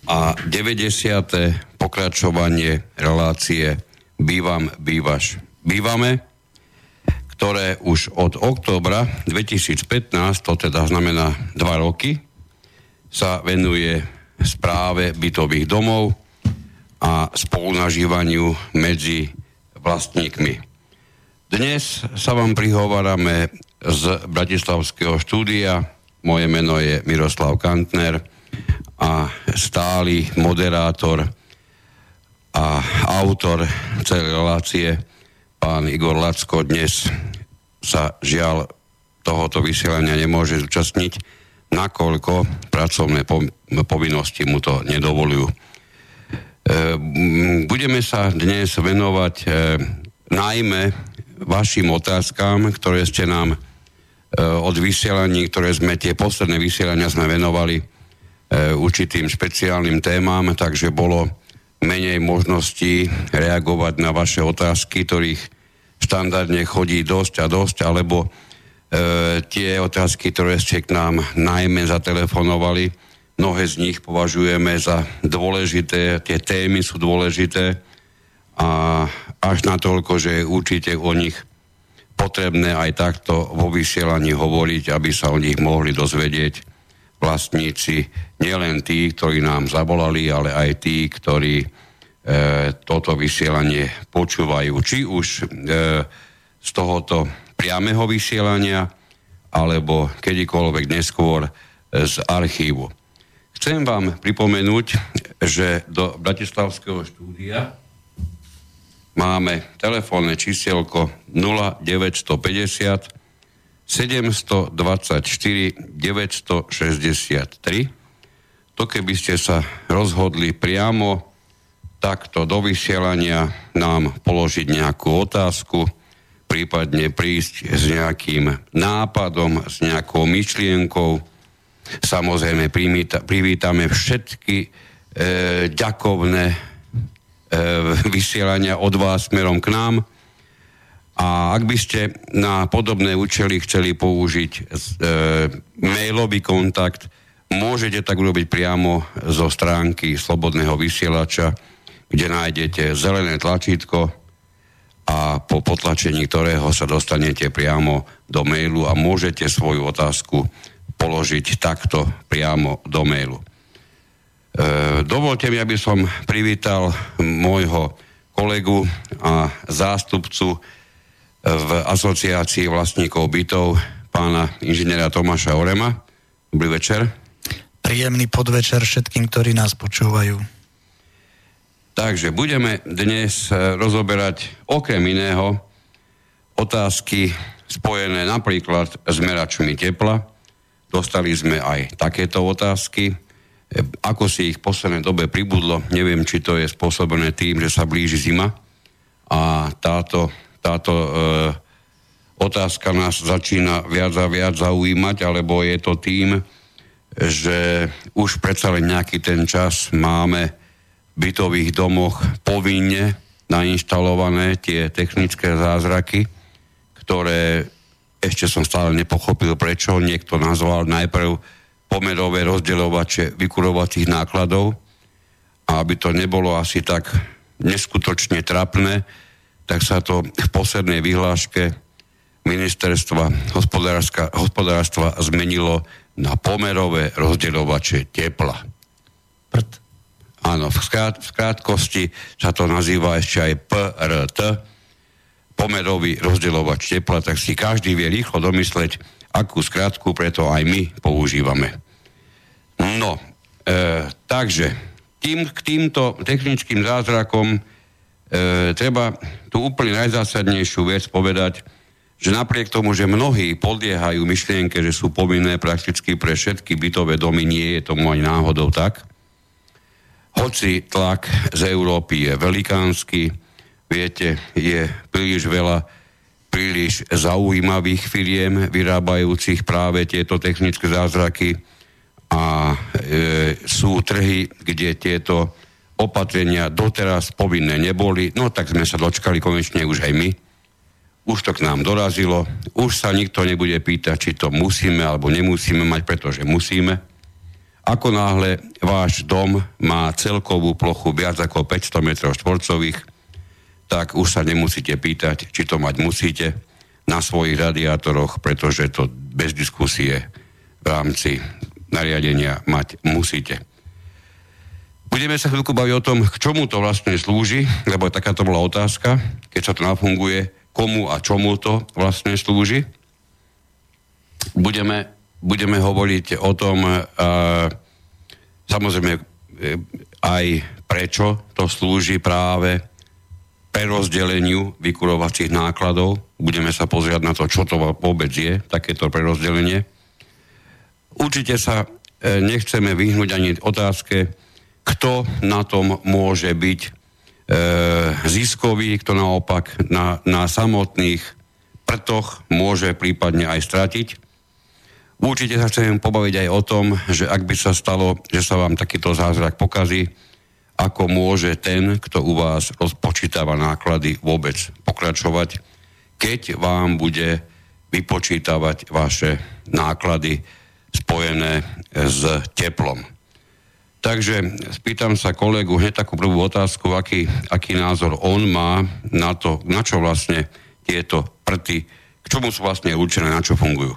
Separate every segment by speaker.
Speaker 1: a 90. pokračovanie relácie Bývam-bývaš. Bývame, ktoré už od októbra 2015, to teda znamená 2 roky, sa venuje správe bytových domov a spolunažívaniu medzi vlastníkmi. Dnes sa vám prihovárame z bratislavského štúdia. Moje meno je Miroslav Kantner a stály moderátor a autor celej relácie pán Igor Lacko dnes sa žiaľ tohoto vysielania nemôže zúčastniť, nakoľko pracovné povinnosti mu to nedovolujú. Budeme sa dnes venovať najmä vašim otázkam, ktoré ste nám od vysielaní, tie posledné vysielania sme venovali určitým špeciálnym témam, takže bolo menej možností reagovať na vaše otázky, ktorých štandardne chodí dosť, alebo tie otázky, ktoré ste k nám najmä zatelefonovali, mnohé z nich považujeme za dôležité, tie témy sú dôležité a až natoľko, že je určite o nich potrebné aj takto vo vysielaní hovoriť, aby sa o nich mohli dozvedieť vlastníci, nielen tí, ktorí nám zavolali, ale aj tí, ktorí toto vysielanie počúvajú. Či už z tohoto priameho vysielania, alebo kedykoľvek neskôr z archívu. Chcem vám pripomenúť, že do bratislavského štúdia máme telefónne čísielko 0950 724 963. To keby ste sa rozhodli priamo takto do vysielania nám položiť nejakú otázku, prípadne prísť s nejakým nápadom, s nejakou myšlienkou. Samozrejme privítame všetky ďakovné vysielania od vás smerom k nám. A ak by ste na podobné účely chceli použiť mailový kontakt, môžete tak urobiť priamo zo stránky Slobodného vysielača, kde nájdete zelené tlačítko a po potlačení ktorého sa dostanete priamo do mailu a môžete svoju otázku položiť takto priamo do mailu. Dovolte mi, aby som privítal môjho kolegu a zástupcu v asociácii vlastníkov bytov, pána inžiniera Tomáša Orema. Dobrý večer.
Speaker 2: Príjemný podvečer všetkým, ktorí nás počúvajú.
Speaker 1: Takže budeme dnes rozoberať okrem iného otázky spojené napríklad s meračmi tepla. Dostali sme aj takéto otázky. Ako si ich v poslednej dobe pribudlo, neviem, či to je spôsobené tým, že sa blíži zima a táto otázka nás začína viac a viac zaujímať, alebo je to tým, že už predsa len nejaký ten čas máme v bytových domoch povinne nainštalované tie technické zázraky, ktoré ešte som stále nepochopil, prečo niekto nazval najprv pomerové rozdeľovače vykurovacích nákladov, a aby to nebolo asi tak neskutočne trapné, tak sa to v poslednej vyhláške ministerstva hospodárstva zmenilo na pomerové rozdeľovače tepla. Áno, v krátkosti sa to nazýva ešte aj PRT, pomerový rozdeľovač tepla, tak si každý vie rýchlo domysleť, akú skratku preto aj my používame. No, takže k týmto technickým zázrakom treba tú úplne najzásadnejšiu vec povedať, že napriek tomu, že mnohí podliehajú myšlienke, že sú povinné prakticky pre všetky bytové domy, nie je tomu ani náhodou tak. Hoci tlak z Európy je velikánsky, viete, je príliš veľa príliš zaujímavých firiem vyrábajúcich práve tieto technické zázraky a sú trhy, kde tieto opatrenia doteraz povinné neboli, no tak sme sa dočkali konečne už aj my. Už to k nám dorazilo, už sa nikto nebude pýtať, či to musíme alebo nemusíme mať, pretože musíme. Ako náhle váš dom má celkovú plochu viac ako 500 m2, tak už sa nemusíte pýtať, či to mať musíte na svojich radiátoroch, pretože to bez diskusie v rámci nariadenia mať musíte. Budeme sa chvíľku baviť o tom, k čomu to vlastne slúži, lebo takáto bola otázka, keď sa to nafunguje, komu a čomu to vlastne slúži. Budeme hovoriť o tom, samozrejme aj prečo to slúži práve prerozdeleniu vykurovacích nákladov. Budeme sa pozrieť na to, čo to vôbec je, takéto prerozdelenie. Určite sa nechceme vyhnúť ani otázke, kto na tom môže byť ziskový, kto naopak na samotných prtoch môže prípadne aj stratiť. Určite sa chcem pobaviť aj o tom, že ak by sa stalo, že sa vám takýto zázrak pokazí, ako môže ten, kto u vás rozpočítava náklady, vôbec pokračovať, keď vám bude vypočítavať vaše náklady spojené s teplom. Takže spýtam sa kolegu hneď takú prvú otázku, aký názor on má na to, na čo vlastne tieto prty, k čomu sú vlastne určené, na čo fungujú.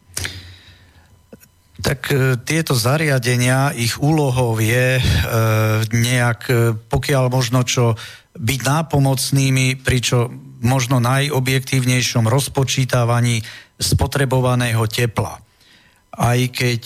Speaker 2: Tak tieto zariadenia, ich úlohou je nejak, pokiaľ možno čo, byť nápomocnými pri čo možno najobjektívnejšom rozpočítavaní spotrebovaného tepla. Aj keď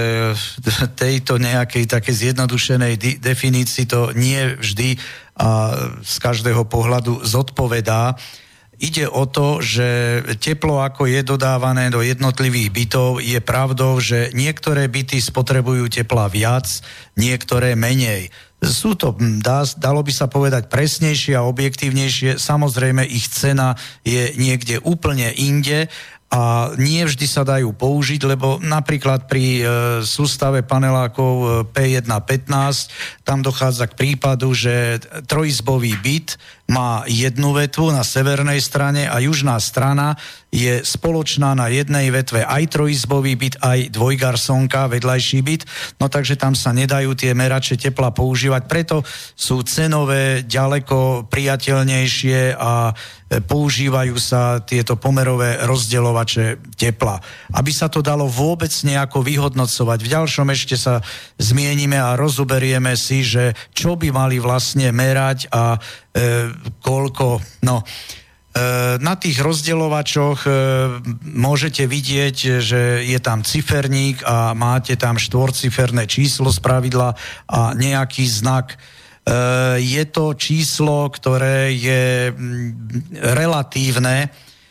Speaker 2: tejto nejakej také zjednodušenej definícii to nie vždy a z každého pohľadu zodpovedá. Ide o to, že teplo, ako je dodávané do jednotlivých bytov, je pravdou, že niektoré byty spotrebujú tepla viac, niektoré menej. Sú to, dalo by sa povedať, presnejšie a objektívnejšie. Samozrejme, ich cena je niekde úplne inde, a nie vždy sa dajú použiť, lebo napríklad pri sústave panelákov P1.15 tam dochádza k prípadu, že trojizbový byt má jednu vetvu na severnej strane a južná strana je spoločná na jednej vetve aj trojizbový byt, aj dvojgarsonka, vedľajší byt, no takže tam sa nedajú tie merače tepla používať, preto sú cenové ďaleko priateľnejšie a používajú sa tieto pomerové rozdeľovače tepla. Aby sa to dalo vôbec nejako vyhodnocovať, v ďalšom ešte sa zmienime a rozoberieme si, že čo by mali vlastne merať a koľko, no na tých rozdeľovačoch môžete vidieť, že je tam ciferník a máte tam štvorciferné číslo spravidla a nejaký znak. Je to číslo, ktoré je relatívne,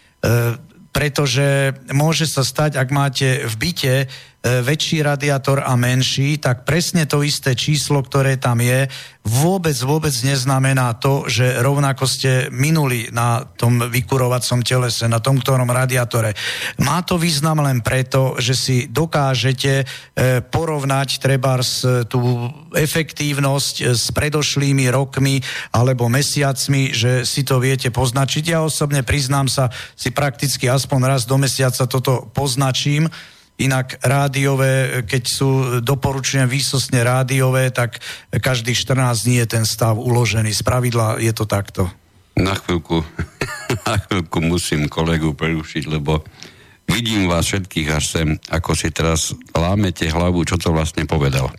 Speaker 2: pretože môže sa stať, ak máte v byte väčší radiátor a menší, tak presne to isté číslo, ktoré tam je, vôbec neznamená to, že rovnako ste minuli na tom vykurovacom telese, na tom ktorom radiátore. Má to význam len preto, že si dokážete porovnať trebárs tú efektívnosť s predošlými rokmi alebo mesiacmi, že si to viete poznačiť. Ja osobne priznám sa, si prakticky aspoň raz do mesiaca toto poznačím. Inak rádiové, keď sú, doporučujem výsostne rádiové, tak každých 14 dní je ten stav uložený. Spravidla je to takto.
Speaker 1: Na chvíľku musím kolegu prerušiť, lebo vidím vás všetkých až sem, ako si teraz lámete hlavu, čo to vlastne povedal.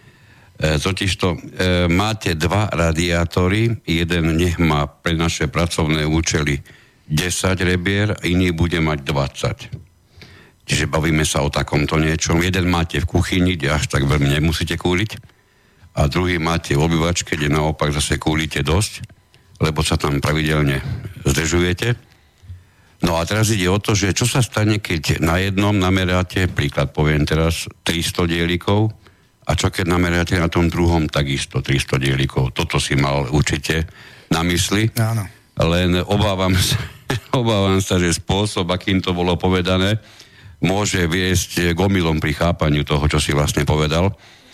Speaker 1: Totižto máte dva radiátory, jeden nech má pre naše pracovné účely 10 rebier, iný bude mať 20. Čiže bavíme sa o takomto niečom. Jeden máte v kuchyni, kde až tak veľmi nemusíte kúliť, a druhý máte v obývačke, kde naopak zase kúlite dosť, lebo sa tam pravidelne zdržujete. No a teraz ide o to, že čo sa stane, keď na jednom nameráte, príklad poviem teraz, 300 dielikov, a čo keď nameráte na tom druhom takisto 300 dielikov. Toto si mal určite na mysli.
Speaker 2: Áno.
Speaker 1: Len obávam sa, že spôsob, akým to bolo povedané, môže viesť k omylom pri chápaniu toho, čo si vlastne povedal.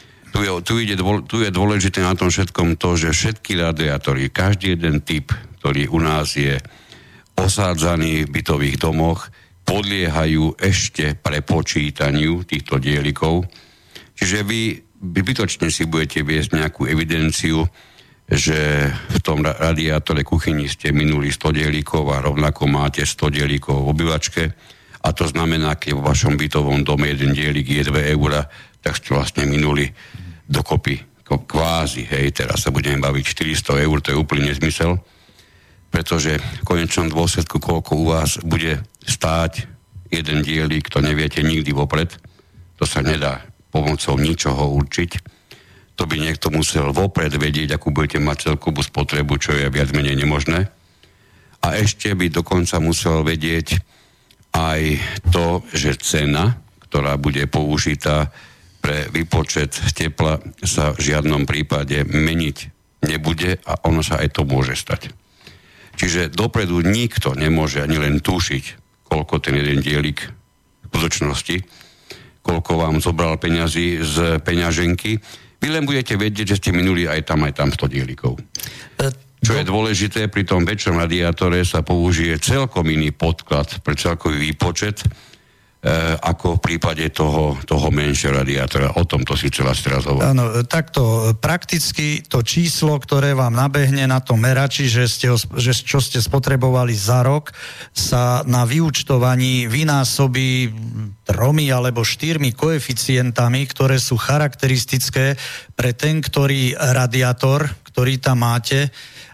Speaker 1: Tu je dôležité na tom všetkom to, že všetky radiátory, každý jeden typ, ktorý u nás je osádzaný v bytových domoch, podliehajú ešte prepočítaniu týchto dielikov. Čiže vy bytočne si budete viesť nejakú evidenciu, že v tom radiátore kuchyni ste minuli 100 dielíkov a rovnako máte 100 dielíkov v obývačke. A to znamená, keď vo vašom bytovom dome jeden dielik je 2 €, tak ste vlastne minuli dokopy kvázi, teraz sa budeme baviť 400 €, to je úplný nezmysel, pretože v konečnom dôsledku, koľko u vás bude stáť jeden dielik, to neviete nikdy vopred, to sa nedá pomocou ničoho určiť. To by niekto musel vopred vedieť, akú budete mať celkovú spotrebu, čo je viac menej nemožné. A ešte by dokonca musel vedieť aj to, že cena, ktorá bude použitá pre výpočet tepla, sa v žiadnom prípade meniť nebude a ono sa aj to môže stať. Čiže dopredu nikto nemôže ani len tušiť, koľko ten jeden dielik v skutočnosti, koľko vám zobral peňazí z peňaženky. Vy len budete vedieť, že ste minuli aj tam 100 dielikov. Čo je dôležité, pri tom väčšom radiátore sa použije celkom iný podklad pre celkový výpočet, ako v prípade toho menšieho radiátora. O tomto si chcela teraz hovoriť.
Speaker 2: Áno, takto prakticky to číslo, ktoré vám nabehne na tom merači, čo ste spotrebovali za rok, sa na vyúčtovaní vynásobí 3 alebo 4 koeficientami, ktoré sú charakteristické pre ten, ktorý radiátor, ktorý tam máte.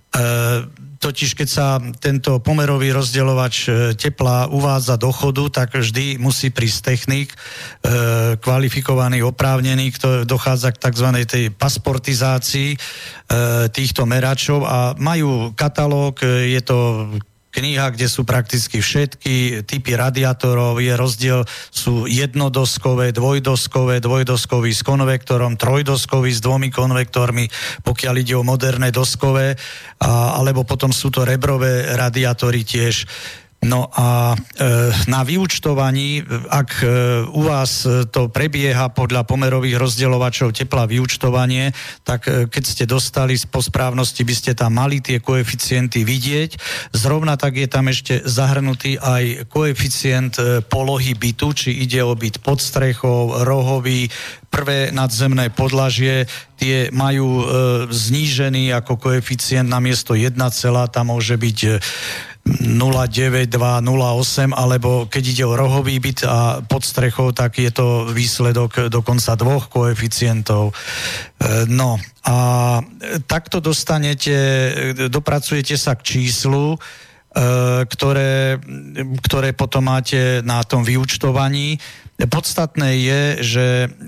Speaker 2: Totiž keď sa tento pomerový rozdeľovač tepla uvádza do chodu, tak vždy musí prísť technik, kvalifikovaný, oprávnený, ktorý dochádza k tzv. Tej pasportizácii týchto meračov a majú katalóg, je to kniha, kde sú prakticky všetky typy radiátorov, je rozdiel, sú jednodoskové, dvojdoskový s konvektorom, trojdoskový s 2 konvektormi, pokiaľ ide o moderné doskové, alebo potom sú to rebrové radiátory tiež. No a na vyúčtovaní, ak u vás to prebieha podľa pomerových rozdeľovačov tepla vyúčtovanie, tak keď ste dostali po správnosti, by ste tam mali tie koeficienty vidieť. Zrovna tak je tam ešte zahrnutý aj koeficient polohy bytu, či ide o byt pod strechou, rohový, prvé nadzemné podlažie, tie majú znížený ako koeficient namiesto 1, tam môže byť 0,92, 0,8, alebo keď ide o rohový byt a pod strechou, tak je to výsledok dokonca 2 koeficientov. No a takto dopracujete sa k číslu, ktoré potom máte na tom vyúčtovaní. Podstatné je, že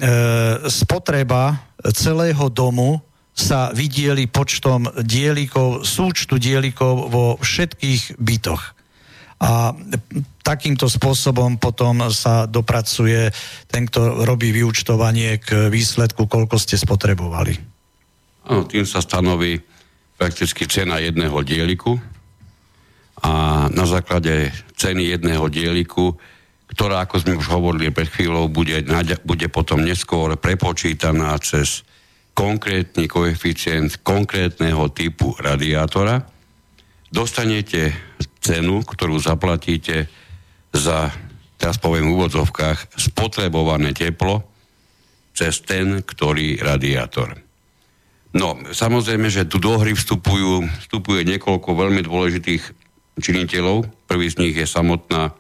Speaker 2: spotreba celého domu sa vydieli počtom dielikov, súčtu dielikov vo všetkých bytoch. A takýmto spôsobom potom sa dopracuje ten, kto robí vyúčtovanie k výsledku, koľko ste spotrebovali.
Speaker 1: Áno, tým sa stanoví prakticky cena jedného dieliku a na základe ceny jedného dieliku, ktorá, ako sme už hovorili pred chvíľou, bude potom neskôr prepočítaná cez konkrétny koeficient konkrétneho typu radiátora, dostanete cenu, ktorú zaplatíte za, teraz poviem v úvodzovkách, spotrebované teplo cez ten, ktorý radiátor. No, samozrejme, že tu do hry vstupuje niekoľko veľmi dôležitých činiteľov. Prvý z nich je samotná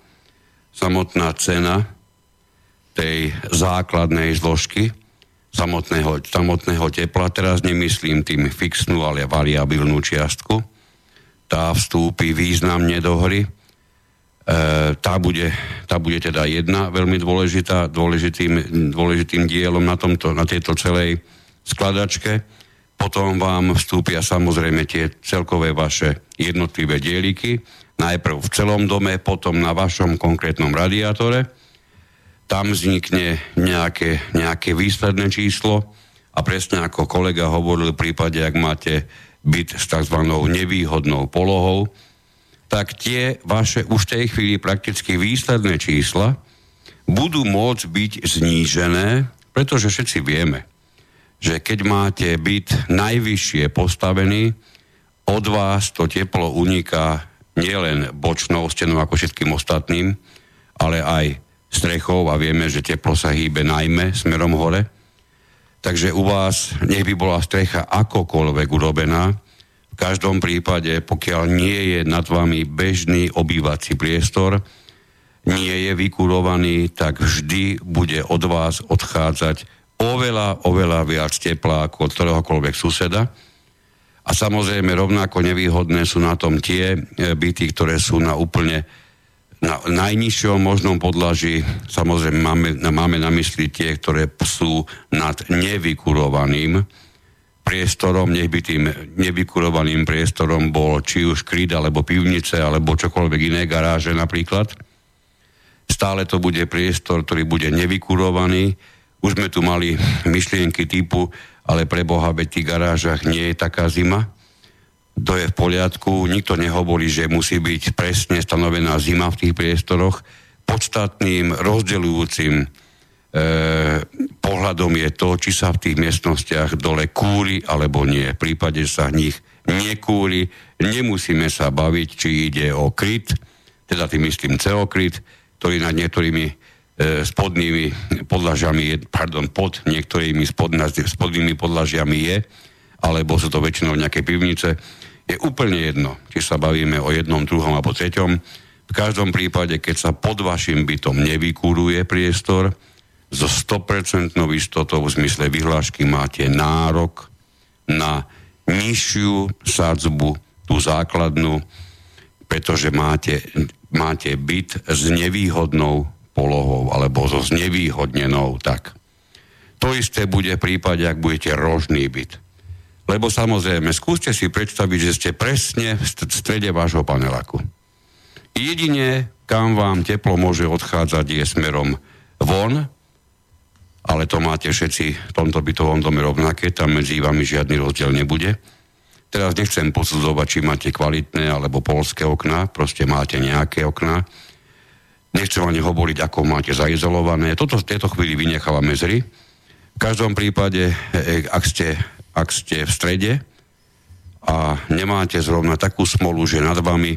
Speaker 1: cena tej základnej zložky, samotného tepla. Teraz nemyslím tým fixnú, ale variabilnú čiastku. Tá vstúpi významne do hry. Tá bude teda jedna veľmi dôležitým dielom na tejto celej skladačke. Potom vám vstúpia samozrejme tie celkové vaše jednotlivé dieliky. Najprv v celom dome, potom na vašom konkrétnom radiátore. Tam vznikne nejaké výsledné číslo a presne ako kolega hovoril, v prípade, ak máte byt s tzv. Nevýhodnou polohou, tak tie vaše už v tej chvíli prakticky výsledné čísla budú môcť byť znížené, pretože všetci vieme, že keď máte byt najvyššie postavený, od vás to teplo uniká nielen bočnou stenou ako všetkým ostatným, ale aj strechou a vieme, že teplo sa hýbe najmä smerom hore. Takže u vás, nech by bola strecha akokoľvek urobená, v každom prípade, pokiaľ nie je nad vami bežný obývací priestor, nie je vykurovaný, tak vždy bude od vás odchádzať oveľa viac tepla ako od ktoréhokoľvek suseda. A samozrejme rovnako nevýhodné sú na tom tie byty, ktoré sú na úplne na najnižšom možnom podlaží. Samozrejme máme na mysli tie, ktoré sú nad nevykurovaným priestorom, nech by tým nevykurovaným priestorom bol či už kryt, alebo pivnice, alebo čokoľvek iné, garáže napríklad. Stále to bude priestor, ktorý bude nevykurovaný. Už sme tu mali myšlienky typu, ale pre Boha, veď v tých garážach nie je taká zima. To je v poriadku, nikto nehovorí, že musí byť presne stanovená zima v tých priestoroch. Podstatným rozdeľujúcim pohľadom je to, či sa v tých miestnostiach dole kúri alebo nie. V prípade, že sa v nich nekúri, nemusíme sa baviť, či ide o kryt, teda tým myslím CO-kryt, ktorý nad niektorými spodnými podlažiami, pod niektorými spodnými podlažiami je, alebo sú to väčšinou nejaké pivnice. Je úplne jedno, či sa bavíme o jednom, druhom alebo treťom. V každom prípade, keď sa pod vašim bytom nevykúruje priestor, so 100% istotou v zmysle vyhlášky máte nárok na nižšiu sadzbu, tú základnú, pretože máte byt s nevýhodnou polohou alebo so znevýhodnenou. Tak. To isté bude v prípade, ak budete rožný byt. Lebo samozrejme, skúste si predstaviť, že ste presne v strede vášho paneláku. Jedine, kam vám teplo môže odchádzať, je smerom von, ale to máte všetci v tomto bytovom dome rovnaké, tam medzi vami žiadny rozdiel nebude. Teraz nechcem posudzovať, či máte kvalitné alebo poľské okná, proste máte nejaké okná. Nechcem ani hovoriť, ako máte zaizolované. Toto v tejto chvíli vynechávame zri. V každom prípade, ak ste v strede a nemáte zrovna takú smolu, že nad vami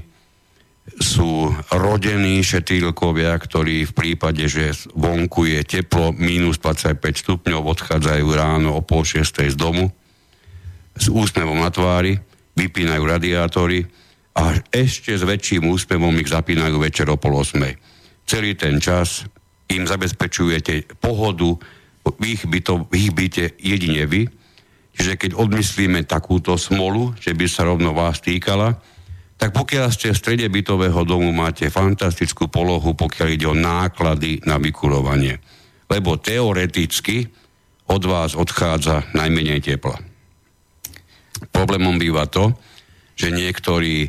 Speaker 1: sú rodení šetýlkovia, ktorí v prípade, že vonku je teplo minus 25 stupňov, odchádzajú ráno o 5:30 z domu s úsmevom na tvári, vypínajú radiátory a ešte s väčším úsmevom ich zapínajú večer o 7:30. Celý ten čas im zabezpečujete pohodu v ich byte jedine vy. Čiže keď odmyslíme takúto smolu, že by sa rovno vás týkala, tak pokiaľ ste v strede bytového domu, máte fantastickú polohu, pokiaľ ide o náklady na vykurovanie. Lebo teoreticky od vás odchádza najmenej tepla. Problémom býva to, že niektorí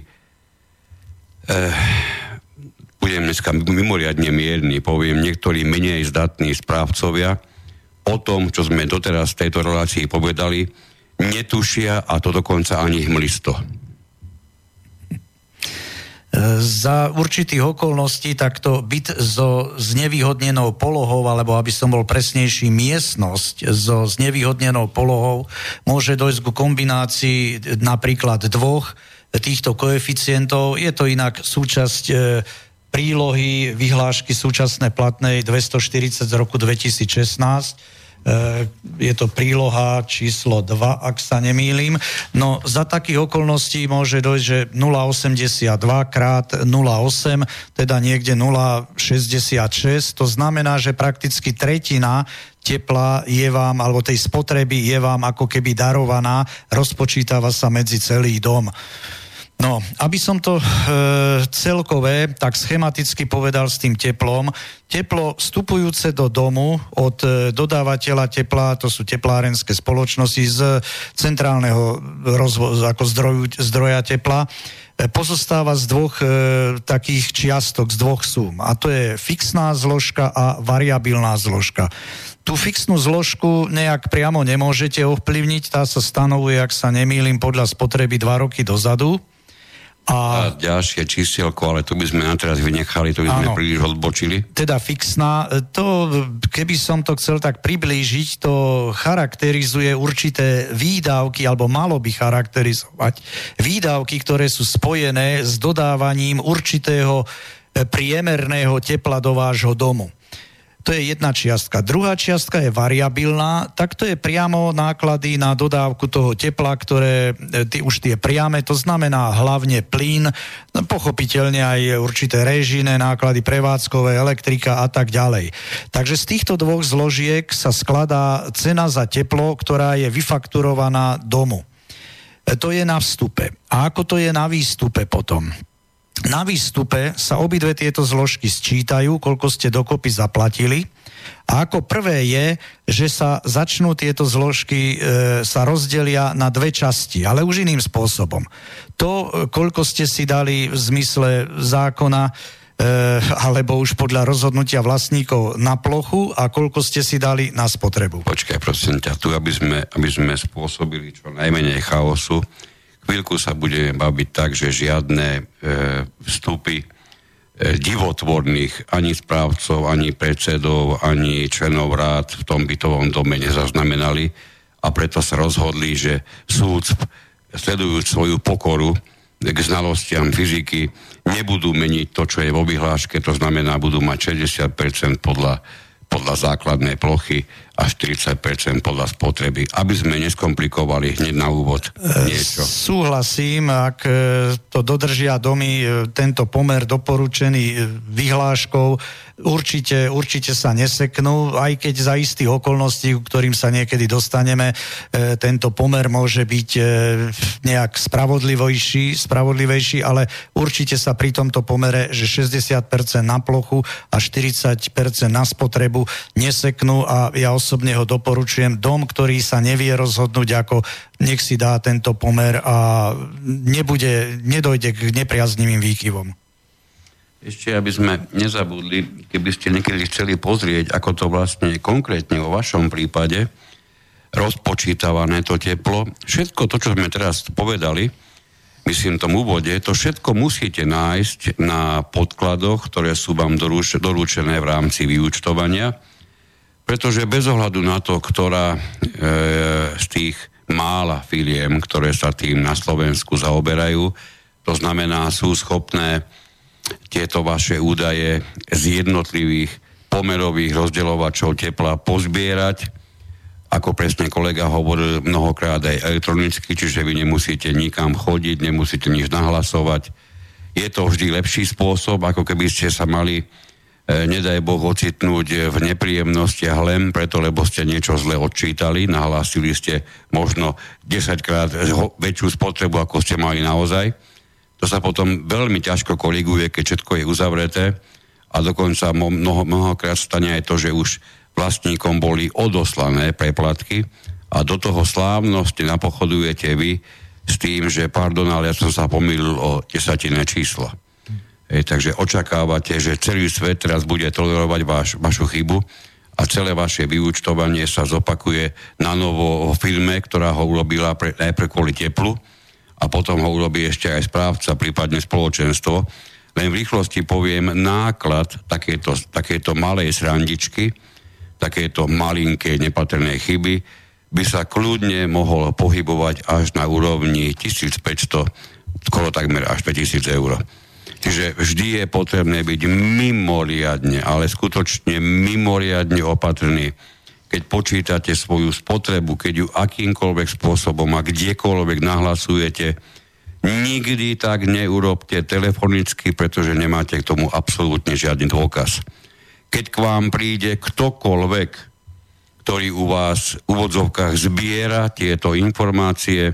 Speaker 1: budem dneska mimoriadne mierny, poviem, niektorí menej zdatní správcovia o tom, čo sme doteraz v tejto relácii povedali, netušia, a to dokonca ani hmlisto.
Speaker 2: Za určitých okolností takto byt so znevýhodnenou polohou, alebo aby som bol presnejší, miestnosť so znevýhodnenou polohou, môže dojsť ku kombinácii napríklad dvoch týchto koeficientov. Je to inak súčasť prílohy vyhlášky súčasné platnej 240 z roku 2016. Je to príloha číslo 2, ak sa nemýlim. No za takých okolností môže dojsť, že 0,82 krát 0,8, teda niekde 0,66. To znamená, že prakticky tretina tepla je vám, alebo tej spotreby je vám ako keby darovaná, rozpočítava sa medzi celý dom. No, aby som to celkové tak schematicky povedal s tým teplom. Teplo vstupujúce do domu od dodávateľa tepla, to sú teplárenské spoločnosti z centrálneho zdroja tepla, pozostáva z dvoch takých čiastok, z dvoch súm. A to je fixná zložka a variabilná zložka. Tú fixnú zložku nejak priamo nemôžete ovplyvniť, tá sa stanovuje, ak sa nemýlim, podľa spotreby 2 roky dozadu.
Speaker 1: A ďalšie čísielko, ale to by sme na teraz vynechali, to by sme príliš odbočili.
Speaker 2: Teda fixná, to, keby som to chcel tak priblížiť, to charakterizuje určité výdavky, alebo malo by charakterizovať výdavky, ktoré sú spojené s dodávaním určitého priemerného tepla do vášho domu. To je jedna čiastka. Druhá čiastka je variabilná, tak to je priamo náklady na dodávku toho tepla, ktoré už tie priame, to znamená hlavne plyn, pochopiteľne aj určité režijné náklady, prevádzkové, elektrika a tak ďalej. Takže z týchto dvoch zložiek sa skladá cena za teplo, ktorá je vyfakturovaná domu. To je na vstupe. A ako to je na výstupe potom? Na výstupe sa obidve tieto zložky sčítajú, koľko ste dokopy zaplatili. A ako prvé je, že sa začnú tieto zložky, sa rozdelia na dve časti, ale už iným spôsobom. To, koľko ste si dali v zmysle zákona, alebo už podľa rozhodnutia vlastníkov na plochu a koľko ste si dali na spotrebu.
Speaker 1: Počkaj, prosím ťa, tu aby sme spôsobili čo najmenej chaosu, chvíľku sa budeme baviť tak, že žiadne vstupy divotvorných ani správcov, ani predsedov, ani členov rád v tom bytovom dome nezaznamenali a preto sa rozhodli, že súd, sledujúc svoju pokoru k znalostiam fyziky, nebudú meniť to, čo je vo vyhláške, to znamená, budú mať 60% podľa základnej plochy a 40% podľa spotreby, aby sme neskomplikovali hneď na úvod niečo.
Speaker 2: Súhlasím, ak to dodržia domy, tento pomer doporučený vyhláškou, určite sa neseknú, aj keď za istých okolností, k ktorým sa niekedy dostaneme, tento pomer môže byť nejak spravodlivejší, ale určite sa pri tomto pomere, že 60% na plochu a 40% na spotrebu neseknú a ja osobne ho doporučujem. Dom, ktorý sa nevie rozhodnúť, ako nech si dá tento pomer a nedojde k nepriaznivým výkyvom.
Speaker 1: Ešte, aby sme nezabudli, keby ste niekedy chceli pozrieť, ako to vlastne konkrétne vo vašom prípade rozpočítavané to teplo, všetko to, čo sme teraz povedali, myslím v tom úvode, to všetko musíte nájsť na podkladoch, ktoré sú vám doručené v rámci vyúčtovania, pretože bez ohľadu na to, ktorá z tých mála firiem, ktoré sa tým na Slovensku zaoberajú, to znamená, sú schopné tieto vaše údaje z jednotlivých pomerových rozdeľovačov tepla pozbierať, ako presne kolega hovoril, mnohokrát aj elektronicky, čiže vy nemusíte nikam chodiť, nemusíte nič nahlasovať. Je to vždy lepší spôsob, ako keby ste sa mali, nedaj Boh, ocitnúť v nepríjemnostiach len preto, lebo ste niečo zle odčítali, nahlásili ste možno 10-krát väčšiu spotrebu, ako ste mali naozaj. To sa potom veľmi ťažko koriguje, keď všetko je uzavreté a dokonca mnohokrát stane aj to, že už vlastníkom boli odoslané preplatky a do toho slávnosti napochodujete vy s tým, že pardon, ale ja som sa pomýlil o 10 číslo. Takže očakávate, že celý svet teraz bude tolerovať vašu chybu a celé vaše vyúčtovanie sa zopakuje na novo o firme, ktorá ho urobila najprv kvôli teplu a potom ho urobí ešte aj správca, prípadne spoločenstvo. Len v rýchlosti poviem, náklad takéto malej srandičky, takéto malinké nepatrnej chyby by sa kľudne mohol pohybovať až na úrovni 1500, skoro takmer až 5000 eur. Čiže vždy je potrebné byť mimoriadne, ale skutočne mimoriadne opatrný, keď počítate svoju spotrebu, keď ju akýmkoľvek spôsobom a kdekoľvek nahlasujete, nikdy tak neurobte telefonicky, pretože nemáte k tomu absolútne žiadny dôkaz. Keď k vám príde ktokoľvek, ktorý u vás v úvodzovkách zbiera tieto informácie,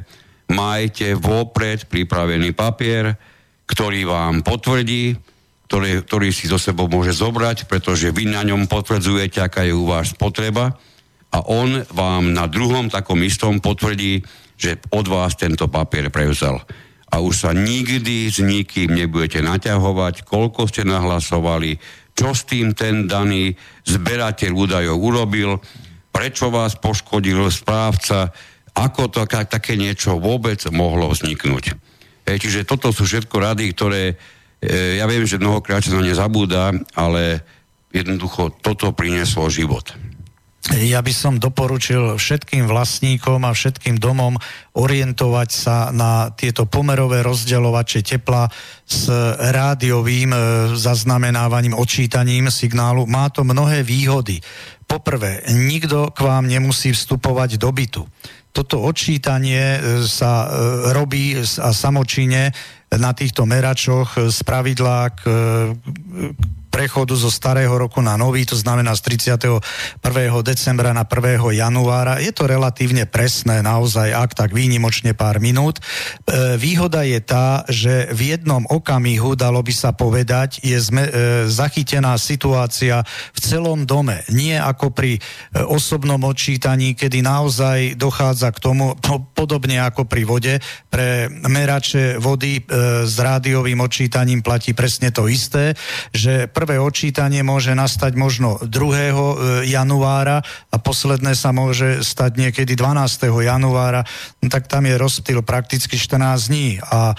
Speaker 1: majte vopred pripravený papier, ktorý vám potvrdí, ktorý si so sebou môže zobrať, pretože vy na ňom potvrdzujete, aká je u vás spotreba a on vám na druhom takom istom potvrdí, že od vás tento papier prevzal. A už sa nikdy s nikým nebudete naťahovať, koľko ste nahlasovali, čo s tým ten daný zberateľ údajov urobil, prečo vás poškodil správca, ako to také niečo vôbec mohlo vzniknúť. Čiže toto sú všetko rady, ktoré ja viem, že mnohokrát sa na ne zabúda, ale jednoducho toto prinieslo život.
Speaker 2: ja by som doporučil všetkým vlastníkom a všetkým domom orientovať sa na tieto pomerové rozdeľovače tepla s rádiovým zaznamenávaním, odčítaním signálu. Má to mnohé výhody. Poprvé, nikto k vám nemusí vstupovať do bytu. Toto odčítanie sa robí a samočine na týchto meračoch spravidla k prechodu zo starého roku na nový, to znamená z 31. decembra na 1. januára. Je to relatívne presné, naozaj, ak tak výnimočne pár minút. Výhoda je tá, že v jednom okamihu, dalo by sa povedať, je zachytená situácia v celom dome. Nie ako pri osobnom odčítaní, kedy naozaj dochádza k tomu, podobne ako pri vode, pre merače vody s rádiovým odčítaním platí presne to isté, že prvé odčítanie môže nastať možno 2. januára a posledné sa môže stať niekedy 12. januára, tak tam je rozptyl prakticky 14 dní a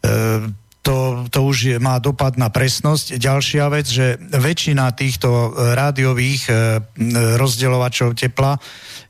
Speaker 2: to už má dopad na presnosť. Ďalšia vec, že väčšina týchto rádiových rozdeľovačov tepla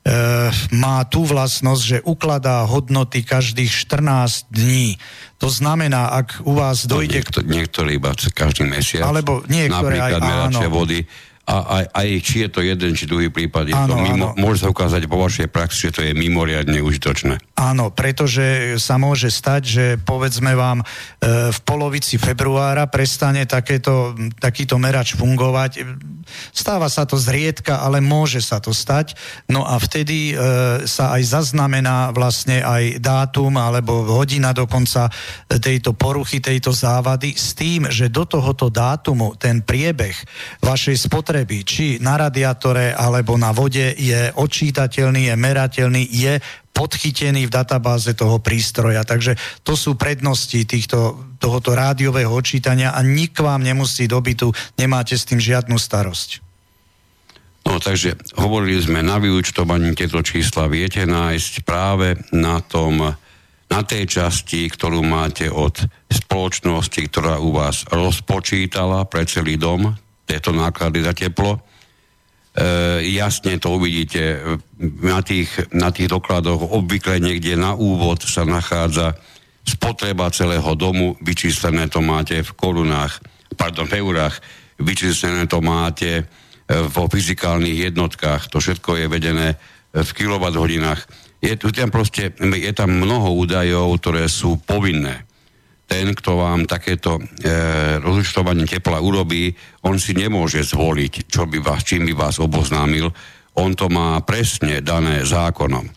Speaker 2: má tú vlastnosť, že ukladá hodnoty každých 14 dní. To znamená, ak u vás dojde...
Speaker 1: Niektoré iba každý mesiac.
Speaker 2: Alebo niektoré
Speaker 1: napríklad
Speaker 2: aj áno.
Speaker 1: merače vody. A aj či je to jeden, či druhý prípad, môže sa ukázať po vašej praxi, že to je mimoriadne užitočné.
Speaker 2: Áno, pretože sa môže stať, že povedzme vám v polovici februára prestane takýto merač fungovať. Stáva sa to zriedka, ale môže sa to stať. No a vtedy sa aj zaznamená vlastne aj dátum alebo hodina dokonca tejto poruchy, tejto závady s tým, že do tohoto dátumu ten priebeh vašej spotreby či na radiátore alebo na vode je odčítateľný, je merateľný, je podchytený v databáze toho prístroja. Takže to sú prednosti tohoto rádiového odčítania a nik vám nemusí do bytu, nemáte s tým žiadnu starosť.
Speaker 1: No takže hovorili sme na vyúčtovaní, tieto čísla viete nájsť práve na tej časti, ktorú máte od spoločnosti, ktorá u vás rozpočítala pre celý dom tieto náklady za teplo. Jasne to uvidíte na tých dokladoch. Obvykle niekde na úvod sa nachádza spotreba celého domu, vyčíslené to máte v eurách, vyčíslené to máte vo fyzikálnych jednotkách, to všetko je vedené v kilowatthodinách. Je tam mnoho údajov, ktoré sú povinné. Ten, kto vám takéto rozúčtovanie tepla urobí, on si nemôže zvoliť, čím by vás oboznámil. On to má presne dané zákonom.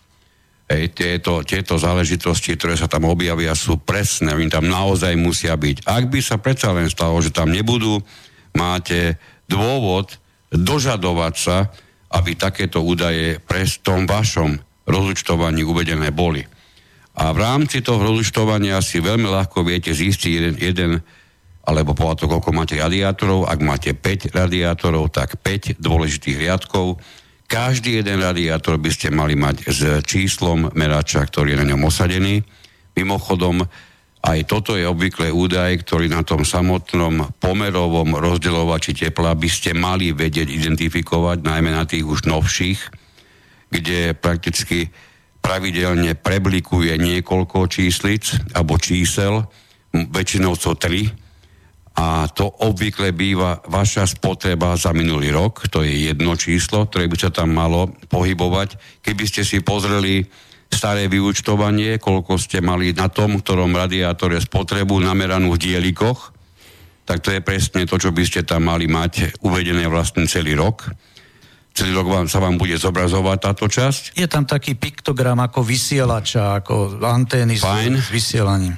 Speaker 1: Tieto záležitosti, ktoré sa tam objavia, sú presné. Oni tam naozaj musia byť. Ak by sa predsa len stalo, že tam nebudú, máte dôvod dožadovať sa, aby takéto údaje pre tom vašom rozúčtovaní uvedené boli. A v rámci toho rozúčtovania si veľmi ľahko viete zistiť jeden alebo povedať to, koľko máte radiátorov. Ak máte 5 radiátorov, tak 5 dôležitých riadkov. Každý jeden radiátor by ste mali mať s číslom merača, ktorý je na ňom osadený. Mimochodom, aj toto je obvykle údaj, ktorý na tom samotnom pomerovom rozdeľovači tepla by ste mali vedieť identifikovať, najmä na tých už novších, kde prakticky pravidelne preblikuje niekoľko číslic alebo čísel, väčšinou sú 3, a to obvykle býva vaša spotreba za minulý rok, to je jedno číslo, ktoré by sa tam malo pohybovať. Keby ste si pozreli staré vyúčtovanie, koľko ste mali na tom, ktorom radiátore spotrebu nameranú v dielikoch, tak to je presne to, čo by ste tam mali mať uvedené vlastne celý rok. Celý rok sa vám bude zobrazovať táto časť.
Speaker 2: Je tam taký piktogram ako vysielača, ako antény s vysielaním.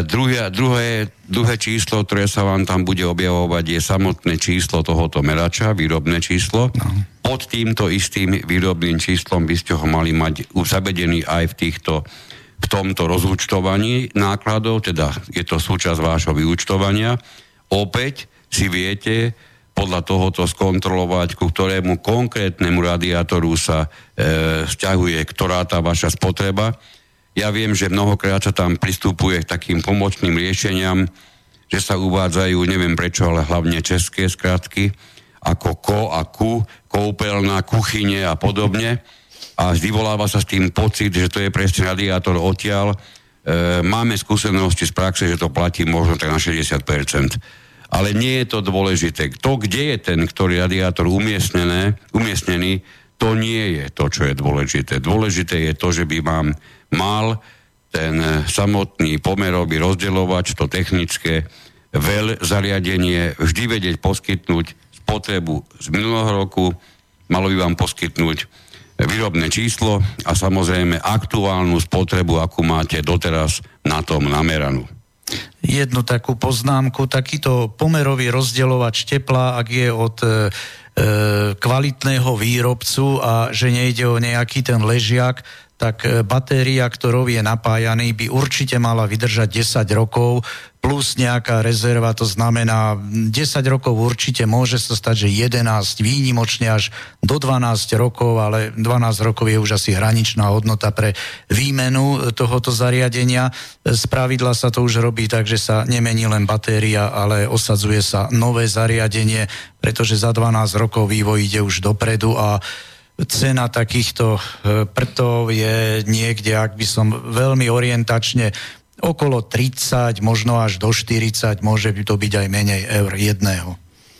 Speaker 1: Druhé číslo, ktoré sa vám tam bude objavovať, je samotné číslo tohoto merača, výrobné číslo. No. Pod týmto istým výrobným číslom by ste ho mali mať zavedený aj v tomto rozúčtovaní nákladov, teda je to súčasť vášho vyúčtovania. Opäť si viete podľa tohoto skontrolovať, ku ktorému konkrétnemu radiátoru sa vzťahuje, ktorá tá vaša spotreba. Ja viem, že mnohokrát sa tam pristupuje k takým pomočným riešeniam, že sa uvádzajú, neviem prečo, ale hlavne české skratky, ako ko a ku, koupelná, kuchyne a podobne. A vyvoláva sa s tým pocit, že to je presne radiátor odtiaľ. Máme skúsenosti z praxe, že to platí možno tak na 60%. Ale nie je to dôležité. To, kde je ten, ktorý radiátor umiestnený, to nie je to, čo je dôležité. Dôležité je to, že by vám mal ten samotný pomerový rozdeľovač, to technické zariadenie vždy vedieť poskytnúť spotrebu z minulého roku, malo by vám poskytnúť výrobné číslo a samozrejme aktuálnu spotrebu, akú máte doteraz na tom nameranú.
Speaker 2: Jednu takú poznámku, takýto pomerový rozdeľovač tepla, ak je od kvalitného výrobcu a že nejde o nejaký ten ležiak, tak batéria, ktorou je napájaný, by určite mala vydržať 10 rokov plus nejaká rezerva, to znamená 10 rokov určite, môže sa stať, že 11, výnimočne až do 12 rokov, ale 12 rokov je už asi hraničná hodnota pre výmenu tohoto zariadenia. Spravidla sa to už robí tak, že sa nemení len batéria, ale osadzuje sa nové zariadenie, pretože za 12 rokov vývoj ide už dopredu a cena takýchto prtov je niekde, ak by som veľmi orientačne, okolo 30, možno až do 40, môže to byť aj menej eur jedného.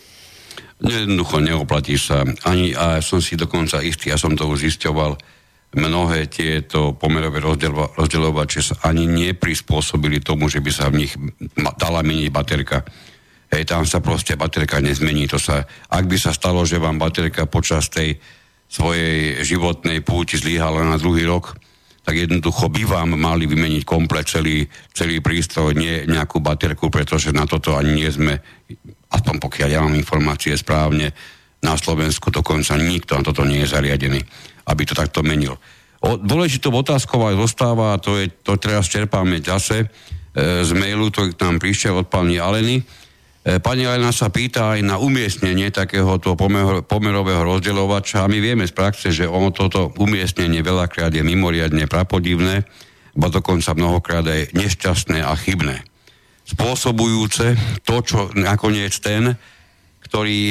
Speaker 1: Jednoducho neoplatí sa. A som si dokonca istý, ja som to už zisťoval, mnohé tieto pomerové rozdeľovače sa ani neprispôsobili tomu, že by sa v nich dala meniť baterka. Tam sa proste baterka nezmení. Ak by sa stalo, že vám baterka počas tej svojej životnej púti zlyhala na druhý rok, tak jednoducho by vám mali vymeniť komplet celý prístroj, nie nejakú baterku, pretože na toto ani nie sme, aspoň pokiaľ ja mám informácie správne, na Slovensku dokonca nikto na toto nie je zariadený, aby to takto menil. Dôležitou otázkou aj zostáva, a to teraz čerpáme zase z mailu, ktorý k nám prišiel od pani Aleny. Pani Alena sa pýta aj na umiestnenie takéhoto pomerového rozdeľovača a my vieme z praxe, že toto umiestnenie veľakrát je mimoriadne prapodivné, ba dokonca mnohokrát aj nešťastné a chybné. Spôsobujúce to, čo nakoniec ten, ktorý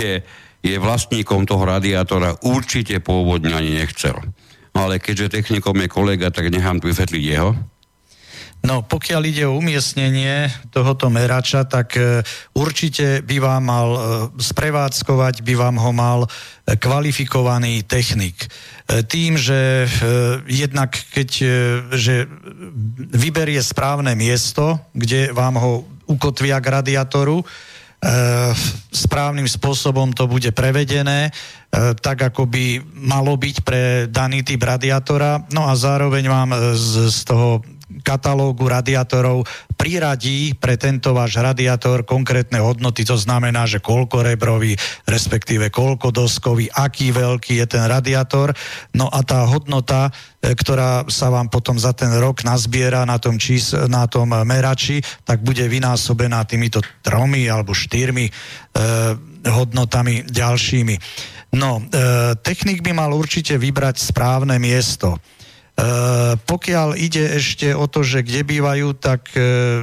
Speaker 1: je vlastníkom toho radiátora, určite pôvodne ani nechcel. Ale keďže technikom je kolega, tak nechám vysvetliť jeho.
Speaker 2: No, pokiaľ ide o umiestnenie tohoto merača, tak určite by vám mal sprevádzkovať, by vám ho mal kvalifikovaný technik. Tým, že jednak že vyberie správne miesto, kde vám ho ukotvia k radiátoru, správnym spôsobom to bude prevedené, tak ako by malo byť pre daný typ radiátora. No a zároveň vám z toho katalógu radiátorov priradí pre tento váš radiátor konkrétne hodnoty, to znamená, že koľko rebrový, respektíve koľko doskový, aký veľký je ten radiátor. No a tá hodnota, ktorá sa vám potom za ten rok nazbiera na tom merači, tak bude vynásobená týmito 3 alebo 4 hodnotami ďalšími. No, technik by mal určite vybrať správne miesto. Pokiaľ ide ešte o to, že kde bývajú, tak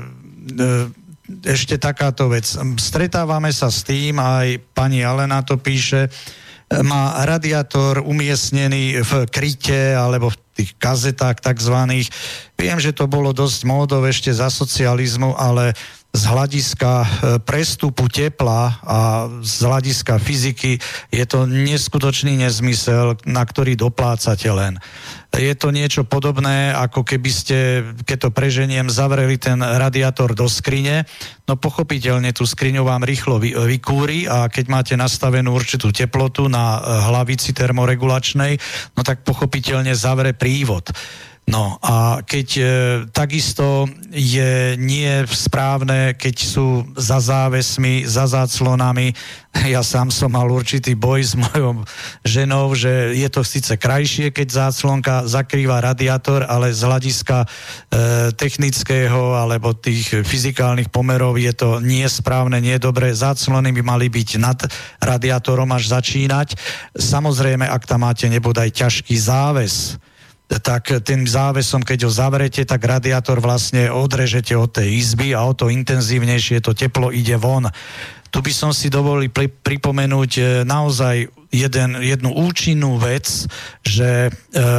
Speaker 2: ešte takáto vec. Stretávame sa s tým, aj pani Alena to píše, má radiátor umiestnený v kryte alebo v tých kazetách takzvaných. Viem, že to bolo dosť módou ešte za socializmu, ale z hľadiska prestupu tepla a z hľadiska fyziky je to neskutočný nezmysel, na ktorý doplácate len. Je to niečo podobné, ako keby ste, keď to preženiem, zavreli ten radiátor do skrine, no pochopiteľne tú skriňu vám rýchlo vykúri a keď máte nastavenú určitú teplotu na hlavici termoregulačnej, no tak pochopiteľne zavre prívod. No a keď takisto je nie správne, keď sú za závesmi, za záclonami, ja sám som mal určitý boj s mojou ženou, že je to síce krajšie, keď záclonka zakrýva radiátor, ale z hľadiska technického alebo tých fyzikálnych pomerov je to nie správne, nie dobré. Záclony by mali byť nad radiátorom až začínať. Samozrejme, ak tam máte nebodaj ťažký záves, tak tým závesom, keď ho zavrete, tak radiátor vlastne odrežete od tej izby a o to intenzívnejšie to teplo ide von. Tu by som si dovolil pripomenúť naozaj jednu účinnú vec, že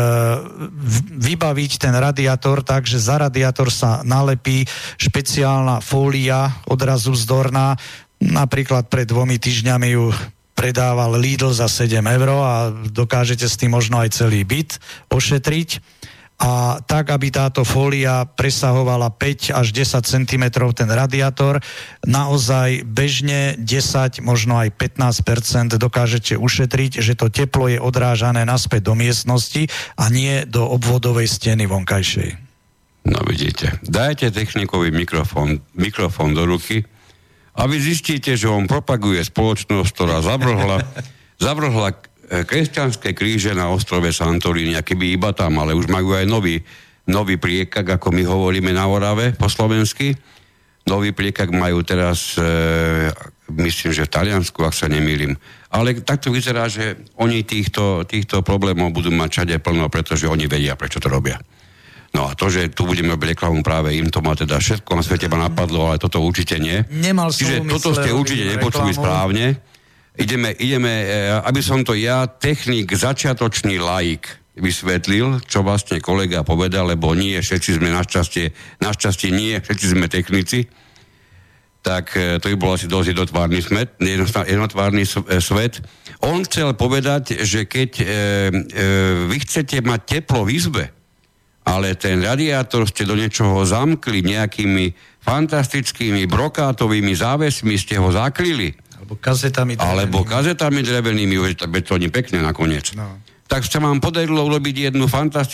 Speaker 2: vybaviť ten radiátor tak, že za radiátor sa nalepí špeciálna fólia odrazu vzdorná. Napríklad pred 2 týždňami ju predával Lidl za 7 € a dokážete s tým možno aj celý byt ošetriť. A tak, aby táto fólia presahovala 5 až 10 cm ten radiátor, naozaj bežne 10, možno aj 15% dokážete ušetriť, že to teplo je odrážané naspäť do miestnosti a nie do obvodovej steny vonkajšej.
Speaker 1: No vidíte, dajte technikovi mikrofón do ruky a vy zistíte, že on propaguje spoločnosť, ktorá zavrhla kresťanské kríže na ostrove Santorini, keby iba tam, ale už majú aj nový priekak, ako my hovoríme na Orave po slovensky. Nový priekak majú teraz, myslím, že v Taliansku, ak sa nemýlim. Ale takto vyzerá, že oni týchto problémov budú mať všade plno, pretože oni vedia, prečo to robia. No a to, že tu budeme robiť reklamu práve im, to ma teda všetko na svete ma napadlo, ale toto určite nie. Čiže toto ste určite nepočuli správne. Ideme, aby som to ja, technik, začiatočný laik, vysvetlil, čo vlastne kolega povedal, lebo nie všetci sme našťastie nie všetci sme technici, tak to by bol asi dosť jednotvárny svet. On chcel povedať, že keď vy chcete mať teplo v izbe, ale ten radiátor ste do niečoho zamkli nejakými fantastickými brokátovými závesmi, ste ho zakryli, alebo kazetami drevenými, veď to nie pekne nakoniec. No. Tak sa vám podarilo urobiť jeden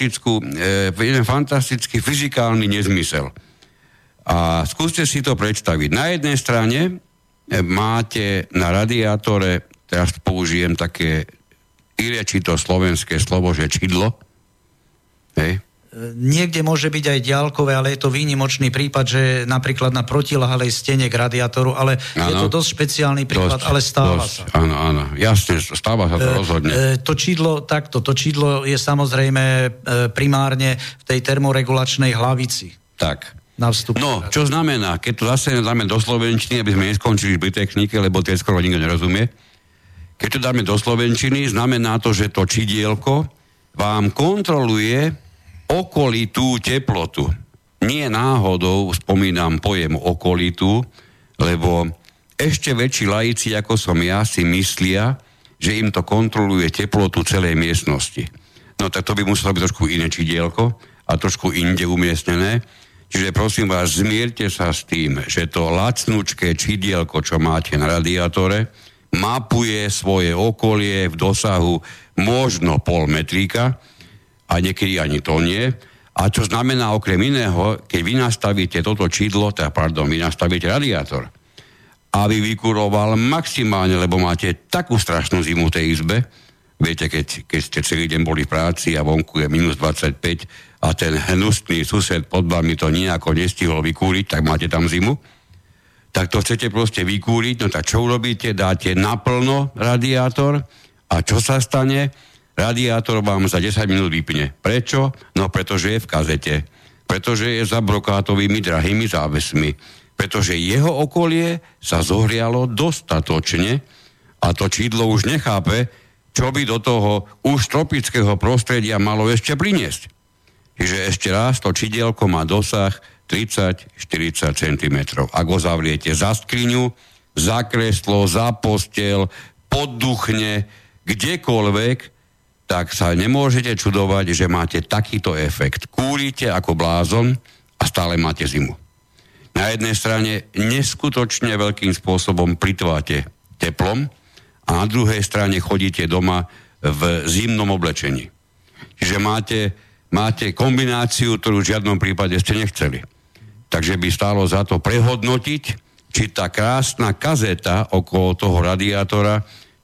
Speaker 1: fantastický fyzikálny nezmysel. A skúste si to predstaviť. Na jednej strane máte na radiátore, teraz použijem také irečito slovenské slovo, že čidlo. Hej.
Speaker 2: Niekde môže byť aj diaľkové, ale je to výnimočný prípad, že napríklad na protiľahalej stene k radiátoru, ale je to dosť špeciálny prípad, ale stáva sa.
Speaker 1: Áno, jasne, stáva sa to rozhodne.
Speaker 2: To čidlo je samozrejme primárne v tej termoregulačnej hlavici.
Speaker 1: Tak.
Speaker 2: Na vstup.
Speaker 1: No, čo znamená, keď to zase dáme do slovenčiny, aby sme neskončili pri technike, lebo to skoro nikto nerozumie. Keď to dáme do slovenčiny, znamená to, že to čidielko vám kontroluje okolitú teplotu. Nie náhodou spomínam pojem okolitú, lebo ešte väčší laici, ako som ja, si myslia, že im to kontroluje teplotu celej miestnosti. No tak to by muselo byť trošku iné čidielko a trošku inde umiestnené. Čiže prosím vás, zmierte sa s tým, že to lacnúčké čidielko, čo máte na radiátore, mapuje svoje okolie v dosahu možno pol metríka, a niekedy ani to nie. A čo znamená okrem iného, keď vy nastavíte toto čidlo, vy nastavíte radiátor, aby vykuroval maximálne, lebo máte takú strašnú zimu v tej izbe. Viete, keď ste celý deň boli v práci a vonku je minus 25 a ten hnusný sused pod vami to nejako nestihol vykúriť, tak máte tam zimu. Tak to chcete proste vykúriť, no tak čo urobíte? Dáte naplno radiátor a čo sa stane? Radiátor vám za 10 minút vypne. Prečo? No pretože je v kazete. Pretože je za brokátovými drahými závesmi. Pretože jeho okolie sa zohrialo dostatočne a to čidlo už nechápe, čo by do toho už tropického prostredia malo ešte priniesť. Čiže ešte raz, to čidielko má dosah 30-40 cm. Ak ho zavriete za skriňu, za kreslo, za posteľ, podduchne, kdekoľvek, tak sa nemôžete čudovať, že máte takýto efekt. Kúrite ako blázon a stále máte zimu. Na jednej strane neskutočne veľkým spôsobom plytváte teplom a na druhej strane chodíte doma v zimnom oblečení. Čiže máte kombináciu, ktorú v žiadnom prípade ste nechceli. Takže by stálo za to prehodnotiť, či tá krásna kazeta okolo toho radiátora,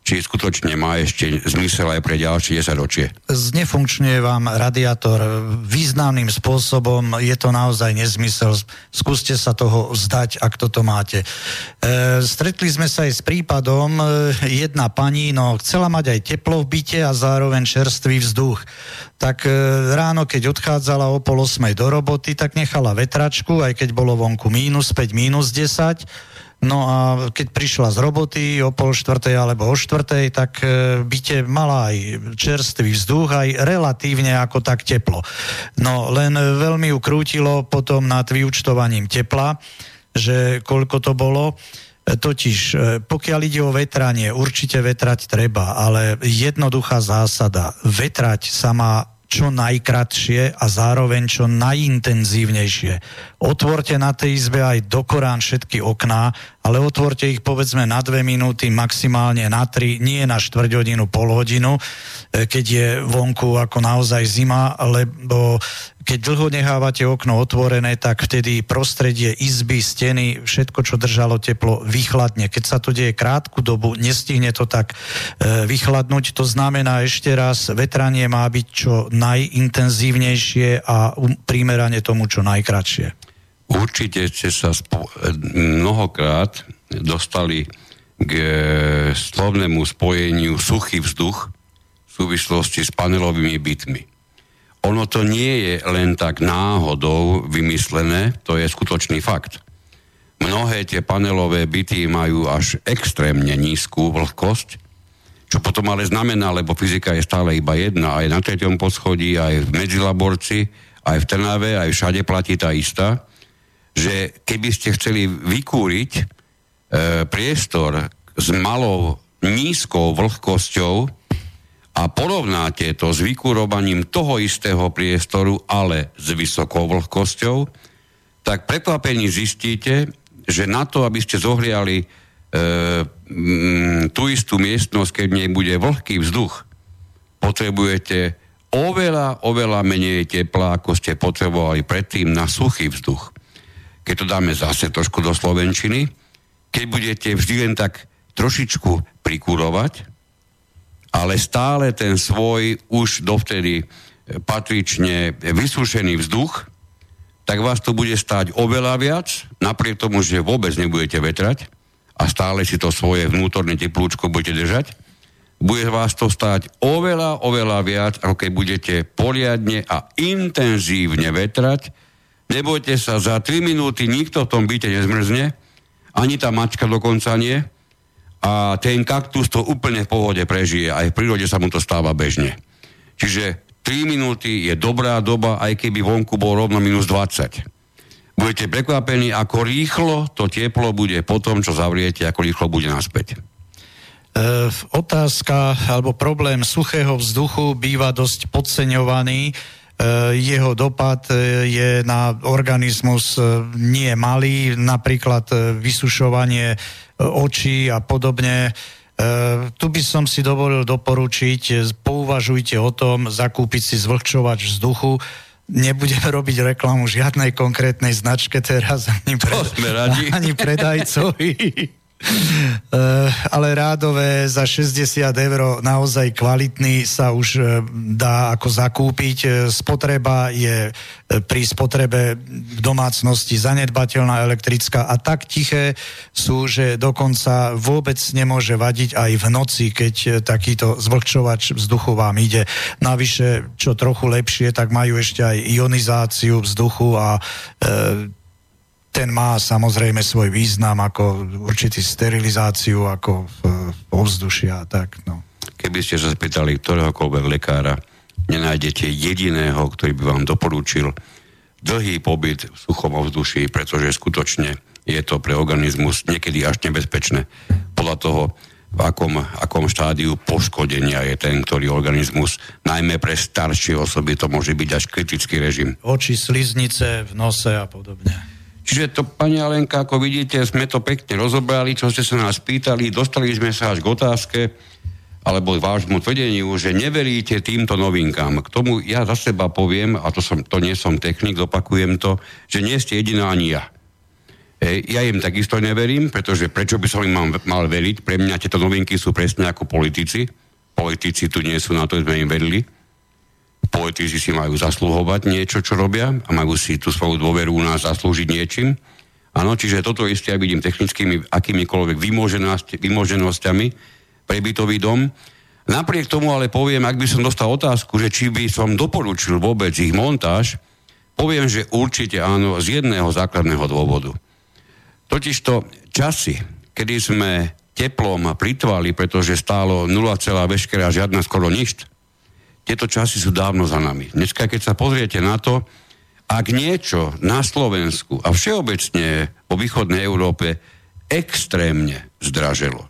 Speaker 1: či skutočne má ešte zmysel aj pre ďalšie 10 ročie.
Speaker 2: Znefunkčňuje vám radiátor významným spôsobom, je to naozaj nezmysel. Skúste sa toho vzdať, ak toto máte. Stretli sme sa aj s prípadom, jedna pani, chcela mať aj teplo v byte a zároveň čerstvý vzduch. Tak ráno, keď odchádzala o 7:30 do roboty, tak nechala vetračku, aj keď bolo vonku -5, -10. No a keď prišla z roboty o 3:30 alebo o 4:00, tak byte mala aj čerstvý vzduch, aj relatívne ako tak teplo. No len veľmi ju krútilo potom nad vyúčtovaním tepla, že koľko to bolo. Totiž, pokiaľ ide o vetranie, určite vetrať treba, ale jednoduchá zásada, vetrať sa má čo najkratšie a zároveň čo najintenzívnejšie. Otvorte na tej izbe aj do Korán všetky okná, ale otvorte ich povedzme na 2 minúty, maximálne na 3, nie na 4 hodinu, pol hodinu, keď je vonku ako naozaj zima, lebo keď dlho nechávate okno otvorené, tak vtedy prostredie izby, steny, všetko, čo držalo teplo, vychladne. Keď sa to deje krátku dobu, nestihne to tak vychladnúť. To znamená ešte raz, vetranie má byť čo najintenzívnejšie a primerane tomu čo najkratšie.
Speaker 1: Určite ste sa mnohokrát dostali k slovnému spojeniu suchý vzduch v súvislosti s panelovými bytmi. Ono to nie je len tak náhodou vymyslené, to je skutočný fakt. Mnohé tie panelové byty majú až extrémne nízku vlhkosť, čo potom ale znamená, lebo fyzika je stále iba jedna, aj na 3. poschodí, aj v Medzilaborci, aj v Trnave, aj všade platí tá istá, že keby ste chceli vykúriť priestor s malou nízkou vlhkosťou a porovnáte to s vykúrovaním toho istého priestoru, ale s vysokou vlhkosťou, tak prekvapení zistíte, že na to, aby ste zohriali tú istú miestnosť, keď v nej bude vlhký vzduch, potrebujete oveľa menej tepla, ako ste potrebovali predtým na suchý vzduch. Keď to dáme zase trošku do slovenčiny, keď budete vždy len tak trošičku prikúrovať, ale stále ten svoj už dovtedy patrične vysúšený vzduch, tak vás to bude stáť oveľa viac, napriek tomu, že vôbec nebudete vetrať a stále si to svoje vnútorné teplúčko budete držať. Bude vás to stáť oveľa viac, ako keď budete poriadne a intenzívne vetrať. Nebojte sa, za 3 minúty nikto v tom byte nezmrzne, ani tá mačka dokonca nie. A ten kaktus to úplne v pohode prežije. Aj v prírode sa mu to stáva bežne. Čiže 3 minúty je dobrá doba, aj keby vonku bol rovno -20. Budete prekvapení, ako rýchlo to teplo bude po tom, čo zavriete, ako rýchlo bude naspäť.
Speaker 2: Otázka alebo problém suchého vzduchu býva dosť podceňovaný. Jeho dopad je na organizmus nie malý, napríklad vysušovanie očí a podobne. Tu by som si dovolil doporučiť, pouvažujte o tom, zakúpiť si zvlhčovač vzduchu. Nebudeme robiť reklamu žiadnej konkrétnej značke teraz, ani predajcovi. Ale rádové za 60 € naozaj kvalitný sa už dá ako zakúpiť. Spotreba je pri spotrebe v domácnosti zanedbateľná elektrická a tak tiché sú, že dokonca vôbec nemôže vadiť aj v noci, keď takýto zvlhčovač vzduchu vám ide. Navyše, čo trochu lepšie, tak majú ešte aj ionizáciu vzduchu a ten má samozrejme svoj význam ako určitý sterilizáciu, ako ovzdušia, tak no.
Speaker 1: Keby ste sa spýtali ktoréhokoľvek lekára, nenájdete jediného, ktorý by vám doporučil dlhý pobyt v suchom ovzduší, pretože skutočne je to pre organizmus niekedy až nebezpečné. Podľa toho, v akom štádiu poškodenia je ten, ktorý organizmus, najmä pre staršie osoby, to môže byť až kritický režim.
Speaker 2: Oči, sliznice v nose a podobne.
Speaker 1: Čiže to, pani Alenka, ako vidíte, sme to pekne rozobrali, čo ste sa nás pýtali, dostali sme sa až k otázke, alebo k vášmu tvrdeniu, že neveríte týmto novinkám. K tomu ja za seba poviem, a to nie som technik, opakujem to, že nie ste jediná ani ja. Ja im takisto neverím, pretože prečo by som im mal veriť? Pre mňa tieto novinky sú presne ako politici. Politici tu nie sú na to, sme im verili. Politici si majú zasluhovať niečo, čo robia a majú si tú svoju dôveru u nás zaslúžiť niečím. Áno, čiže toto isté ja vidím technickými akýmikoľvek vymoženosťami pre bytový dom. Napriek tomu ale poviem, ak by som dostal otázku, že či by som doporučil vôbec ich montáž, poviem, že určite áno, z jedného základného dôvodu. Totižto časy, kedy sme teplom plitvali, pretože stálo 0, veškerá žiadna skoro nič, tieto časy sú dávno za nami. Dneska, keď sa pozriete na to, ak niečo na Slovensku a všeobecne vo východnej Európe extrémne zdraželo,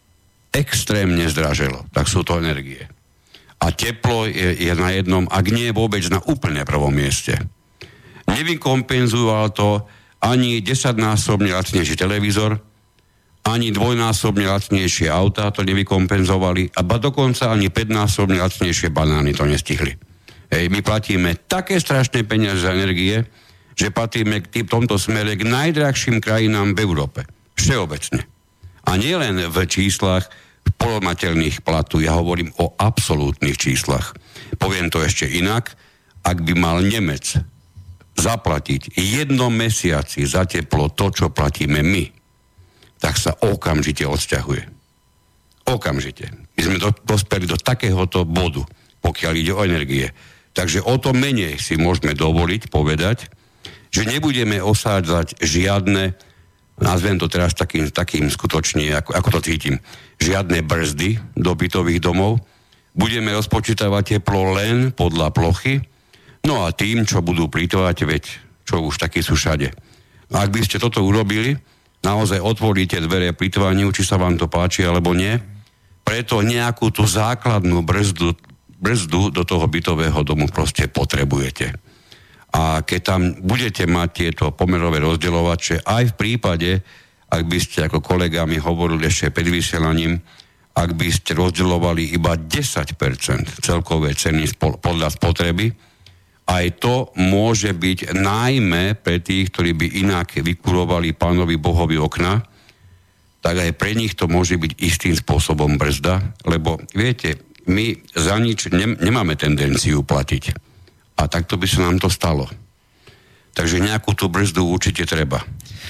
Speaker 1: tak sú to energie. A teplo je na jednom, ak nie vôbec na úplne prvom mieste. Nevykompenzoval to ani 10-násobne lacnejší televízor, ani 2-násobne lacnejšie autá to nevykompenzovali, a dokonca ani 5-násobne lacnejšie banány to nestihli. My platíme také strašné peniaze za energie, že patríme k tomto smere k najdrahším krajinám v Európe. Všeobecne. A nie len v číslach polomateľných platu, ja hovorím o absolútnych číslach. Poviem to ešte inak, ak by mal Nemec zaplatiť jednom mesiaci za teplo to, čo platíme my, tak sa okamžite odsťahuje. Okamžite. My sme dospeli do takéhoto bodu, pokiaľ ide o energie. Takže o to menej si môžeme dovoliť povedať, že nebudeme osádzať žiadne, nazvem to teraz takým skutočne, ako to cítim, žiadne brzdy do bytových domov. Budeme rozpočítavať teplo len podľa plochy, no a tým, čo budú plytvať, veď čo už takí sú všade. Ak by ste toto urobili, naozaj otvoríte dvere plytvaniu, či sa vám to páči alebo nie, preto nejakú tú základnú brzdu do toho bytového domu proste potrebujete. A keď tam budete mať tieto pomerové rozdeľovače, aj v prípade, ak by ste ako kolega mi hovorili ešte pred vysielaním, ak by ste rozdeľovali iba 10% celkovej ceny podľa spotreby, aj to môže byť najmä pre tých, ktorí by inak vykurovali Pánovi Bohovi okna, tak aj pre nich to môže byť istým spôsobom brzda, lebo viete, my za nič nemáme tendenciu platiť. A takto by sa nám to stalo. Takže nejakú tú brzdu určite treba.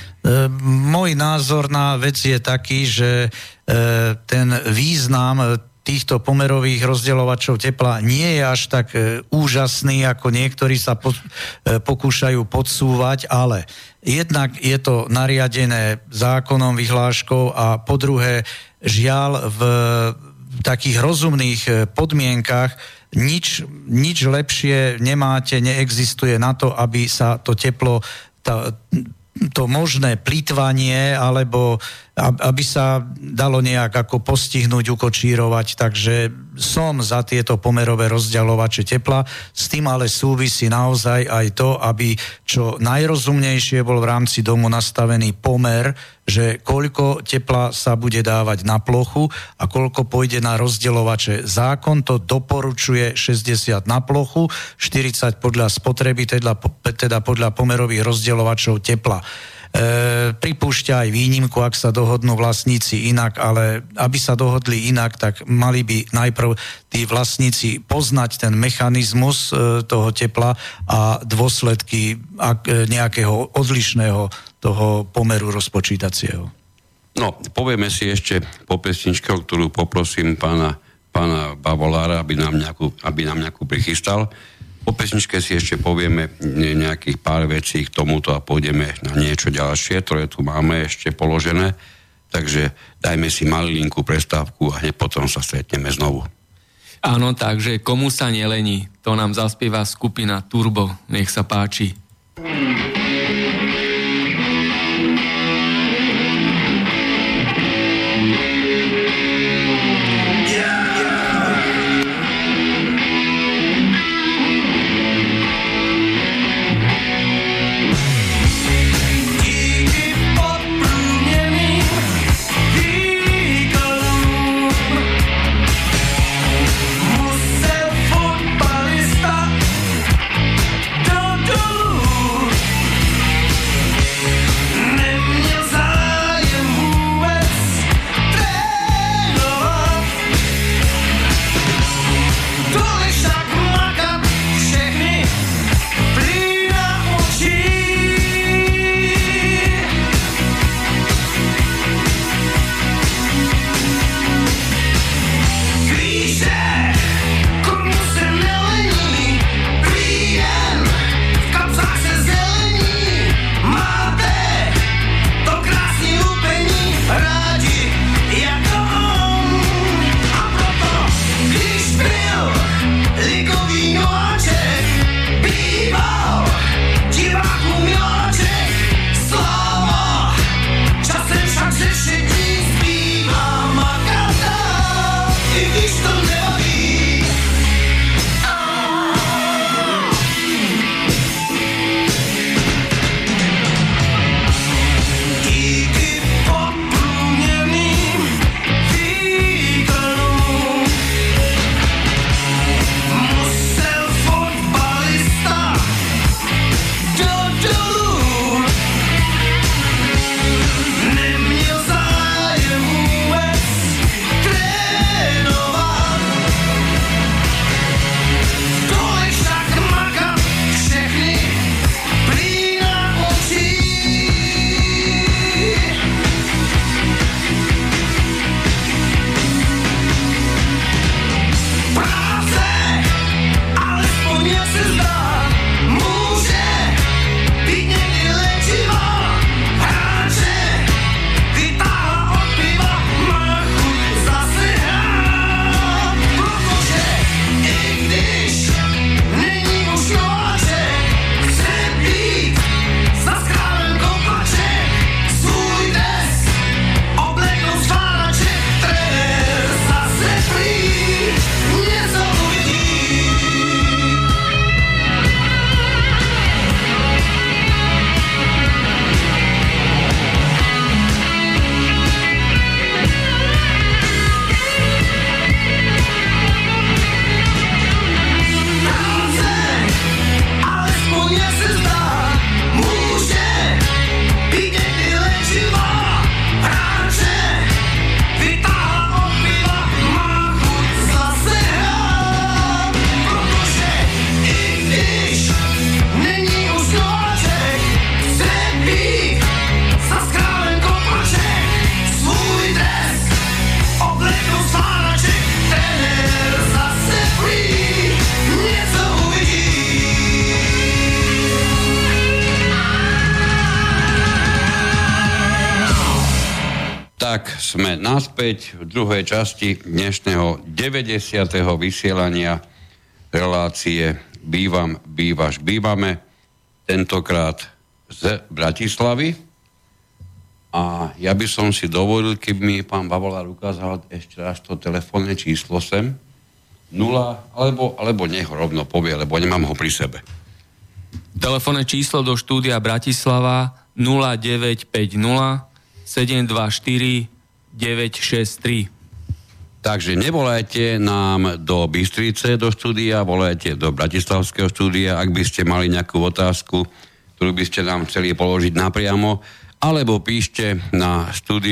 Speaker 2: Môj názor na vec je taký, že ten význam týchto pomerových rozdeľovačov tepla nie je až tak úžasný, ako niektorí sa pokúšajú podsúvať, ale jednak je to nariadené zákonom, vyhláškou a po druhé, žiaľ, v takých rozumných podmienkach nič lepšie nemáte, neexistuje na to, aby sa to teplo, to možné plytvanie, alebo aby sa dalo nejak ako postihnúť, ukočírovať. Takže som za tieto pomerové rozdeľovače tepla. S tým ale súvisí naozaj aj to, aby čo najrozumnejšie bol v rámci domu nastavený pomer, že koľko tepla sa bude dávať na plochu a koľko pôjde na rozdeľovače. Zákon to doporučuje 60 na plochu, 40 podľa spotreby, teda podľa pomerových rozdeľovačov tepla. Pripúšťa aj výnimku, ak sa dohodnú vlastníci inak, ale aby sa dohodli inak, tak mali by najprv tí vlastníci poznať ten mechanizmus toho tepla a dôsledky nejakého odlišného toho pomeru rozpočítacieho.
Speaker 1: No, povieme si ešte po pesničke, ktorú poprosím pána Bavolára, aby nám nejakú prichystal. Po pesničke si ešte povieme nejakých pár vecí k tomuto a pôjdeme na niečo ďalšie, ktoré tu máme ešte položené. Takže dajme si malinku prestávku a hneď potom sa stretneme znovu.
Speaker 3: Áno, takže komu sa nelení, to nám zaspieva skupina Turbo. Nech sa páči.
Speaker 4: Musel fotbalista do dolu
Speaker 1: Tak sme naspäť v druhej časti dnešného 90. vysielania relácie Bývame, tentokrát z Bratislavy. A ja by som si dovolil, keby mi pán Bavolár ukázal ešte raz to telefónne číslo sem, 0, alebo nech ho rovno povie, lebo nemám ho pri sebe.
Speaker 3: Telefónne číslo do štúdia Bratislava 0950 724 963.
Speaker 1: Takže nevolajte nám do Bystrice do štúdia, volajte do bratislavského štúdia, ak by ste mali nejakú otázku, ktorú by ste nám chceli položiť napriamo, alebo píšte na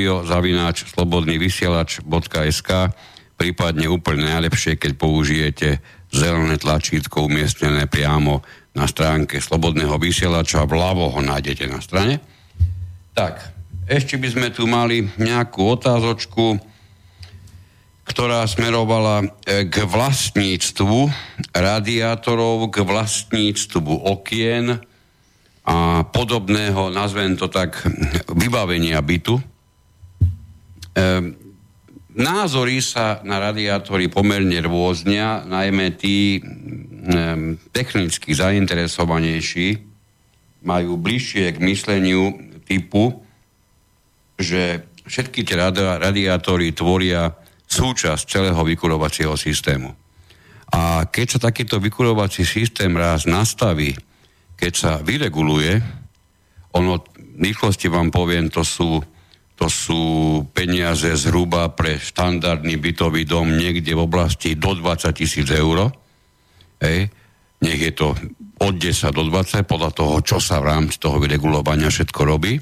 Speaker 1: studio@slobodnyvysielac.sk, prípadne úplne najlepšie, keď použijete zelené tlačítko umiestnené priamo na stránke Slobodného vysielača, vľavo ho nájdete na strane. Tak, ešte by sme tu mali nejakú otázočku, ktorá smerovala k vlastníctvu radiátorov, k vlastníctvu okien a podobného, nazvem to tak, vybavenia bytu. Názory sa na radiátory pomerne rôznia, najmä tí technicky zainteresovanejší majú bližšie k mysleniu typu, že všetky tie radiátory tvoria súčasť celého vykurovacieho systému. A keď sa takýto vykurovací systém raz nastaví, keď sa vyreguluje, ono, v rýchlosti vám poviem, to sú peniaze zhruba pre štandardný bytový dom niekde v oblasti do 20 000 eur. Nech je to od 10 do 20, podľa toho, čo sa v rámci toho vyregulovania všetko robí.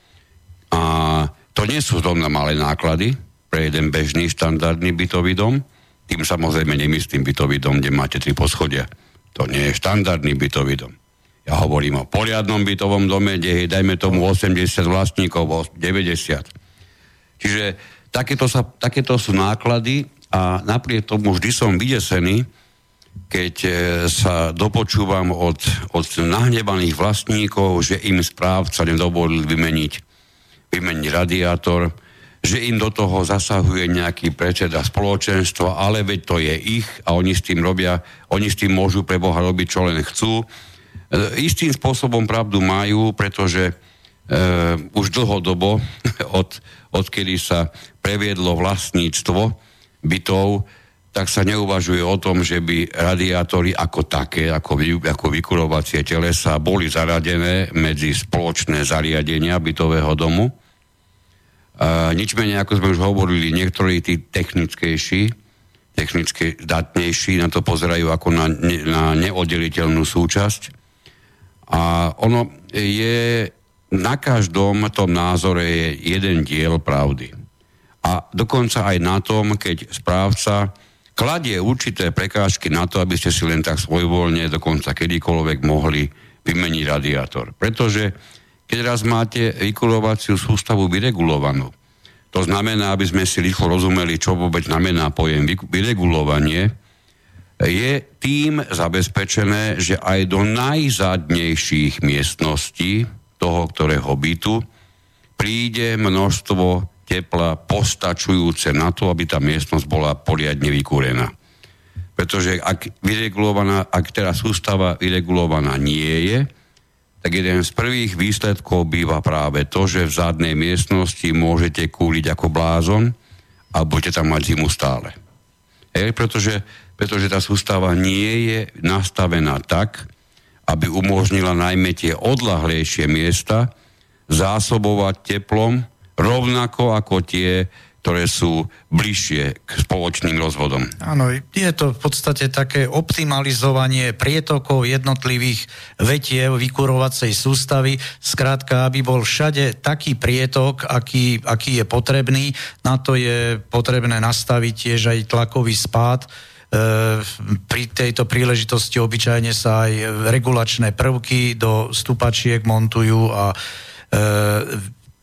Speaker 1: A to nie sú zrovna malé náklady pre jeden bežný štandardný bytový dom. Tým samozrejme nemyslím bytový dom, kde máte 3 poschodia. To nie je štandardný bytový dom. Ja hovorím o poriadnom bytovom dome, kde je, dajme tomu, 80 vlastníkov, 90. Čiže takéto sú náklady a napriek tomu vždy som vydesený, keď sa dopočúvam od nahnevaných vlastníkov, že im správca nedovolil vymeniť radiátor, že im do toho zasahuje nejaký predseda spoločenstva, ale veď to je ich a oni s tým môžu pre Boha robiť, čo len chcú. Istým spôsobom pravdu majú, pretože už dlhodobo, odkedy sa previedlo vlastníctvo bytov, tak sa neuvažuje o tom, že by radiátory ako také, ako vykurovacie telesa boli zaradené medzi spoločné zariadenia bytového domu. Nič menej, ako sme už hovorili, niektorí tí technicky zdatnejší na to pozerajú ako na neoddeliteľnú súčasť. A ono je, na každom tom názore je jeden diel pravdy. A dokonca aj na tom, keď správca kladie určité prekážky na to, aby ste si len tak svojvoľne, dokonca kedykoľvek mohli vymeniť radiátor. Pretože keď raz máte vykurovaciu sústavu vyregulovanú, to znamená, aby sme si rýchlo rozumeli, čo vôbec znamená pojem vyregulovanie, je tým zabezpečené, že aj do najzadnejších miestností toho, ktorého bytu, príde množstvo tepla postačujúce na to, aby tá miestnosť bola poriadne vykúrená. Pretože ak teda sústava vyregulovaná nie je, tak jeden z prvých výsledkov býva práve to, že v zadnej miestnosti môžete kúriť ako blázon a budete tam mať zimu stále. Pretože tá sústava nie je nastavená tak, aby umožnila najmä tie odľahlejšie miesta zásobovať teplom rovnako ako tie, ktoré sú bližšie k spoločným rozvodom.
Speaker 2: Áno, je to v podstate také optimalizovanie prietokov jednotlivých vetiev vykurovacej sústavy. Skrátka, aby bol všade taký prietok, aký je potrebný. Na to je potrebné nastaviť tiež aj tlakový spád. Pri tejto príležitosti obyčajne sa aj regulačné prvky do stupačiek montujú a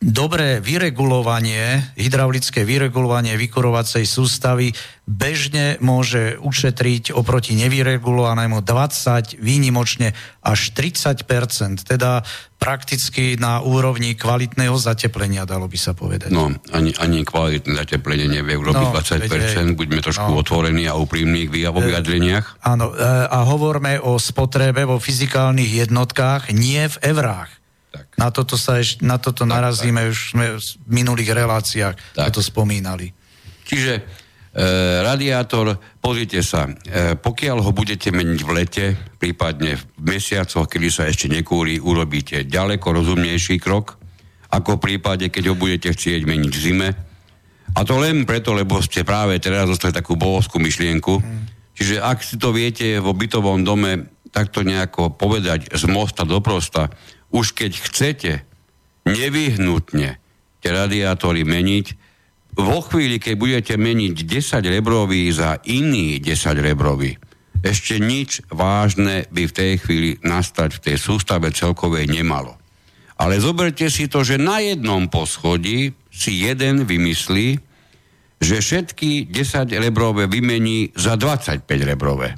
Speaker 2: dobré vyregulovanie, hydraulické vyregulovanie vykurovacej sústavy bežne môže ušetriť oproti nevyregulovanému 20, výnimočne až 30%, teda prakticky na úrovni kvalitného zateplenia, dalo by sa povedať.
Speaker 1: No, ani kvalitné zateplenie nevie urobiť 20%, buďme trošku otvorení a úprimní vo vyjadreniach.
Speaker 2: Áno, a hovorme o spotrebe vo fyzikálnych jednotkách, nie v eurách. Tak. Na toto narazíme, už sme v minulých reláciách to spomínali.
Speaker 1: Čiže radiátor, pozrite sa, pokiaľ ho budete meniť v lete, prípadne v mesiacoch, kedy sa ešte nekúri, urobíte ďaleko rozumnejší krok, ako v prípade, keď ho budete chcieť meniť v zime. A to len preto, lebo ste práve teraz dostali takú bohovskú myšlienku. Čiže ak si to viete vo bytovom dome takto nejako povedať z mosta do prosta, už keď chcete nevyhnutne tie radiátory meniť, vo chvíli, keď budete meniť 10 rebrový za iný 10 rebrový, ešte nič vážne by v tej chvíli nastať v tej sústave celkovej nemalo. Ale zoberte si to, že na jednom poschodí si jeden vymyslí, že všetky 10 rebrové vymení za 25 rebrové.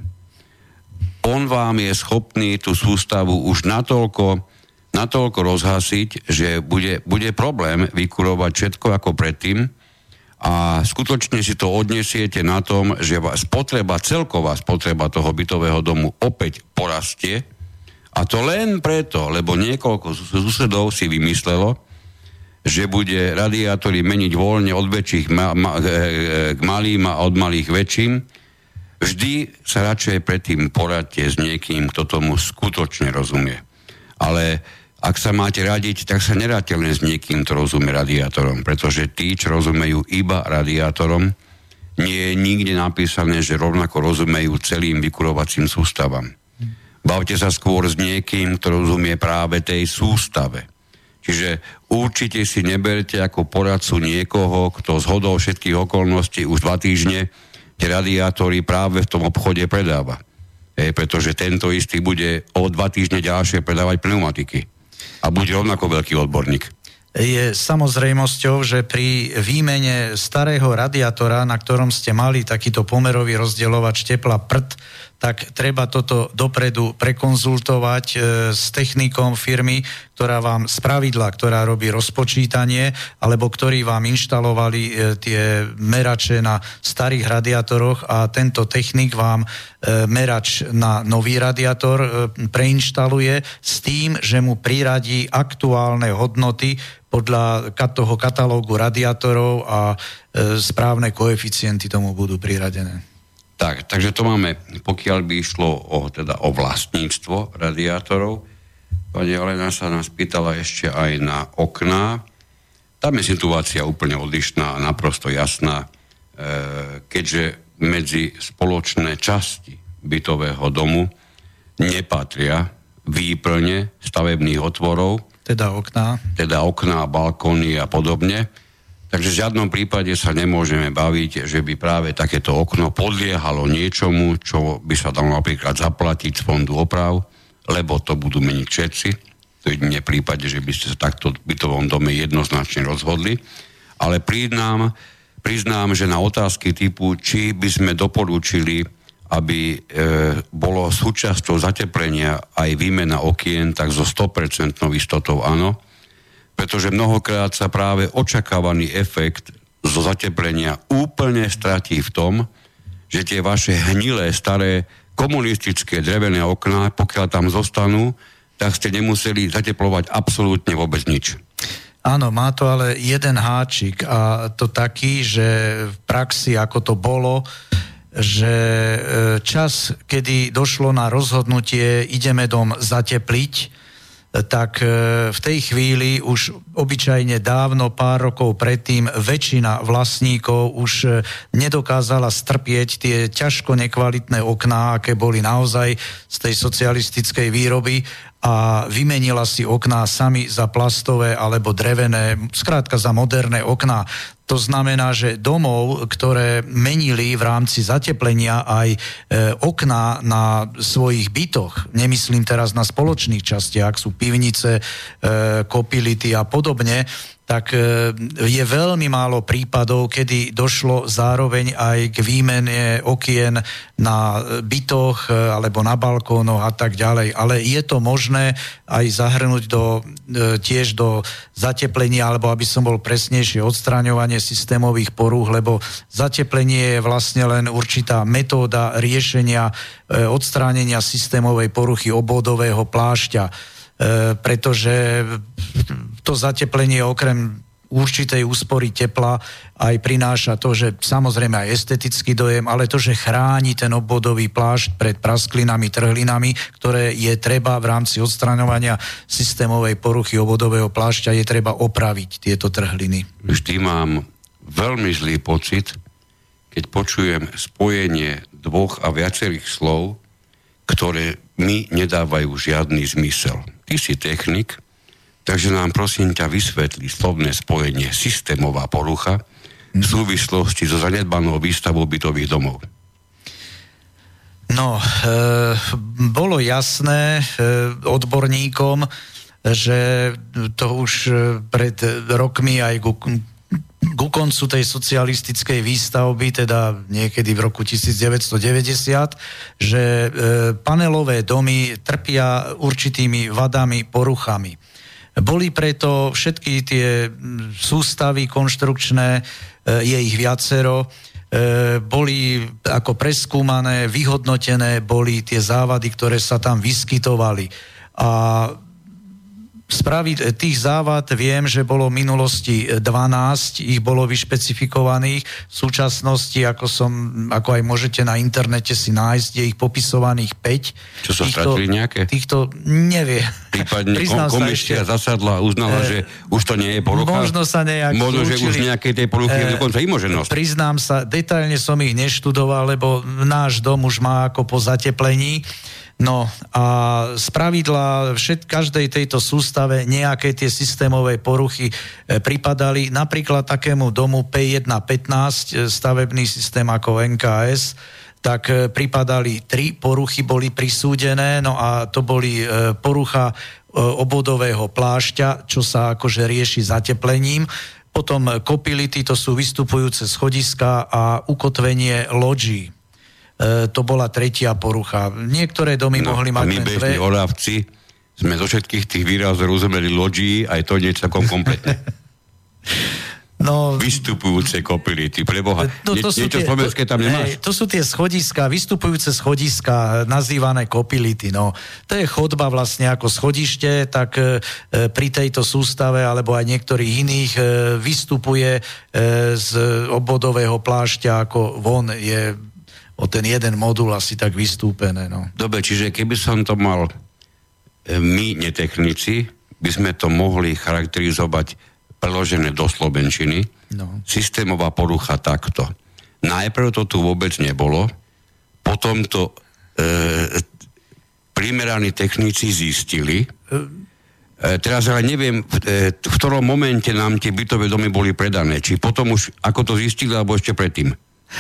Speaker 1: On vám je schopný tú sústavu už natoľko rozhasiť, že bude problém vykurovať všetko ako predtým a skutočne si to odnesiete na tom, že celková spotreba toho bytového domu opäť porastie a to len preto, lebo niekoľko susedov si vymyslelo, že bude radiátory meniť voľne od väčších k malým a od malých väčším. Vždy sa radšej predtým poradte s niekým, kto tomu skutočne rozumie. Ale ak sa máte radiť, tak sa neráte len s niekým, kto rozumie radiátorom, pretože tí, čo rozumejú iba radiátorom, nie je nikde napísané, že rovnako rozumejú celým vykurovacím sústavám. Bavte sa skôr s niekým, kto rozumie práve tej sústave. Čiže určite si neberte ako poradcu niekoho, kto zhodou všetkých okolností už 2 týždne tie radiátory práve v tom obchode predáva. Pretože tento istý bude o 2 týždne ďalšie predávať pneumatiky. A bude rovnako veľký odborník.
Speaker 2: Je samozrejmosťou, že pri výmene starého radiátora, na ktorom ste mali takýto pomerový rozdeľovač tepla prd, tak treba toto dopredu prekonzultovať s technikom firmy, ktorá robí rozpočítanie, alebo ktorí vám inštalovali tie merače na starých radiátoroch a tento technik vám merač na nový radiátor preinštaluje s tým, že mu priradí aktuálne hodnoty podľa toho katalógu radiátorov a správne koeficienty tomu budú priradené.
Speaker 1: Takže to máme, pokiaľ by išlo o vlastníctvo radiátorov. Pani Alena sa nás pýtala ešte aj na okná. Tam je situácia úplne odlišná a naprosto jasná, keďže medzi spoločné časti bytového domu nepatria výplne stavebných otvorov,
Speaker 2: teda okná,
Speaker 1: balkóny a podobne. Takže v žiadnom prípade sa nemôžeme baviť, že by práve takéto okno podliehalo niečomu, čo by sa dalo napríklad zaplatiť z fondu oprav, lebo to budú meniť všetci. To je v prípade, že by ste sa takto v bytovom dome jednoznačne rozhodli. Ale priznám, že na otázky typu, či by sme doporučili, aby bolo súčasťou zateplenia aj výmena okien, tak so 100% istotou áno. Pretože mnohokrát sa práve očakávaný efekt zo zateplenia úplne stratí v tom, že tie vaše hnilé, staré, komunistické drevené okná, pokiaľ tam zostanú, tak ste nemuseli zateplovať absolútne vôbec nič.
Speaker 2: Áno, má to ale jeden háčik a to taký, že v praxi, ako to bolo, že čas, kedy došlo na rozhodnutie, ideme dom zatepliť, tak v tej chvíli už obyčajne dávno, pár rokov predtým, väčšina vlastníkov už nedokázala strpieť tie ťažko nekvalitné okná, aké boli naozaj z tej socialistickej výroby a vymenila si okná sami za plastové alebo drevené, skrátka za moderné okná. To znamená, že domov, ktoré menili v rámci zateplenia aj okná na svojich bytoch, nemyslím teraz na spoločných častiach, sú pivnice, kopility a podobne, tak je veľmi málo prípadov, kedy došlo zároveň aj k výmene okien na bytoch alebo na balkónoch a tak ďalej. Ale je to možné aj zahrnúť tiež do zateplenia, alebo aby som bol presnejšie, odstraňovanie systémových porúch, lebo zateplenie je vlastne len určitá metóda riešenia odstránenia systémovej poruchy obvodového plášťa. Pretože to zateplenie okrem určitej úspory tepla aj prináša to, že samozrejme aj estetický dojem, ale to, že chráni ten obvodový plášť pred prasklinami, trhlinami, ktoré je treba v rámci odstraňovania systémovej poruchy obvodového plášťa, je treba opraviť tieto trhliny.
Speaker 1: Vždy mám veľmi zlý pocit, keď počujem spojenie dvoch a viacerých slov, ktoré mi nedávajú žiadny zmysel. Ty si technik, takže nám prosím ťa vysvetlí slovné spojenie systémová porucha v súvislosti so zanedbanou výstavou bytových domov.
Speaker 2: No, bolo jasné odborníkom, že to už pred rokmi aj ku koncu tej socialistickej výstavby, teda niekedy v roku 1990, že panelové domy trpia určitými vadami, poruchami. Boli preto všetky tie sústavy konštrukčné, je ich viacero, boli ako preskúmané, vyhodnotené, boli tie závady, ktoré sa tam vyskytovali. A spraviť tých závad viem, že bolo v minulosti 12, ich bolo vyšpecifikovaných. V súčasnosti, ako aj môžete na internete si nájsť, je ich popisovaných 5.
Speaker 1: Čo sa stratili nejaké?
Speaker 2: Týchto nevie.
Speaker 1: Prípadne komisia zasadla a uznala, že už to nie je porucha?
Speaker 2: Možno sa nejak
Speaker 1: možno, že už nejaké tej poruchy je dokonca imoženosť.
Speaker 2: Priznám sa, detailne som ich neštudoval, lebo náš dom už má ako po zateplení. No a spravidla každej tejto sústave nejaké tie systémové poruchy pripadali. Napríklad takému domu P115, stavebný systém ako NKS, tak pripadali 3 poruchy, boli prisúdené, no a to boli porucha obvodového plášťa, čo sa akože rieši zateplením. Potom kopility, to sú vystupujúce schodiska a ukotvenie lodží. To bola 3. porucha. Niektoré domy mohli mať
Speaker 1: my bežní Oravci sme zo všetkých tých výrazov rozumeli lodží, aj to niečo takom kompletne. Vystupujúce kopility, preboha. Niečo slovenské tam nemáš?
Speaker 2: To sú tie schodiska, vystupujúce schodiska, nazývané kopility. No. To je chodba vlastne ako schodište, tak pri tejto sústave, alebo aj niektorých iných, vystupuje z obvodového plášťa ako von je o ten jeden modul asi tak vystúpené. No.
Speaker 1: Dobre, čiže keby som to mal my, netechnici, by sme to mohli charakterizovať preložené do slovenčiny. No. Systémová porucha takto. Najprv to tu vôbec nebolo, potom to primeraní technici zistili. Teraz ale neviem, v ktorom momente nám tie bytové domy boli predané. Či potom už, ako to zistili, alebo ešte predtým.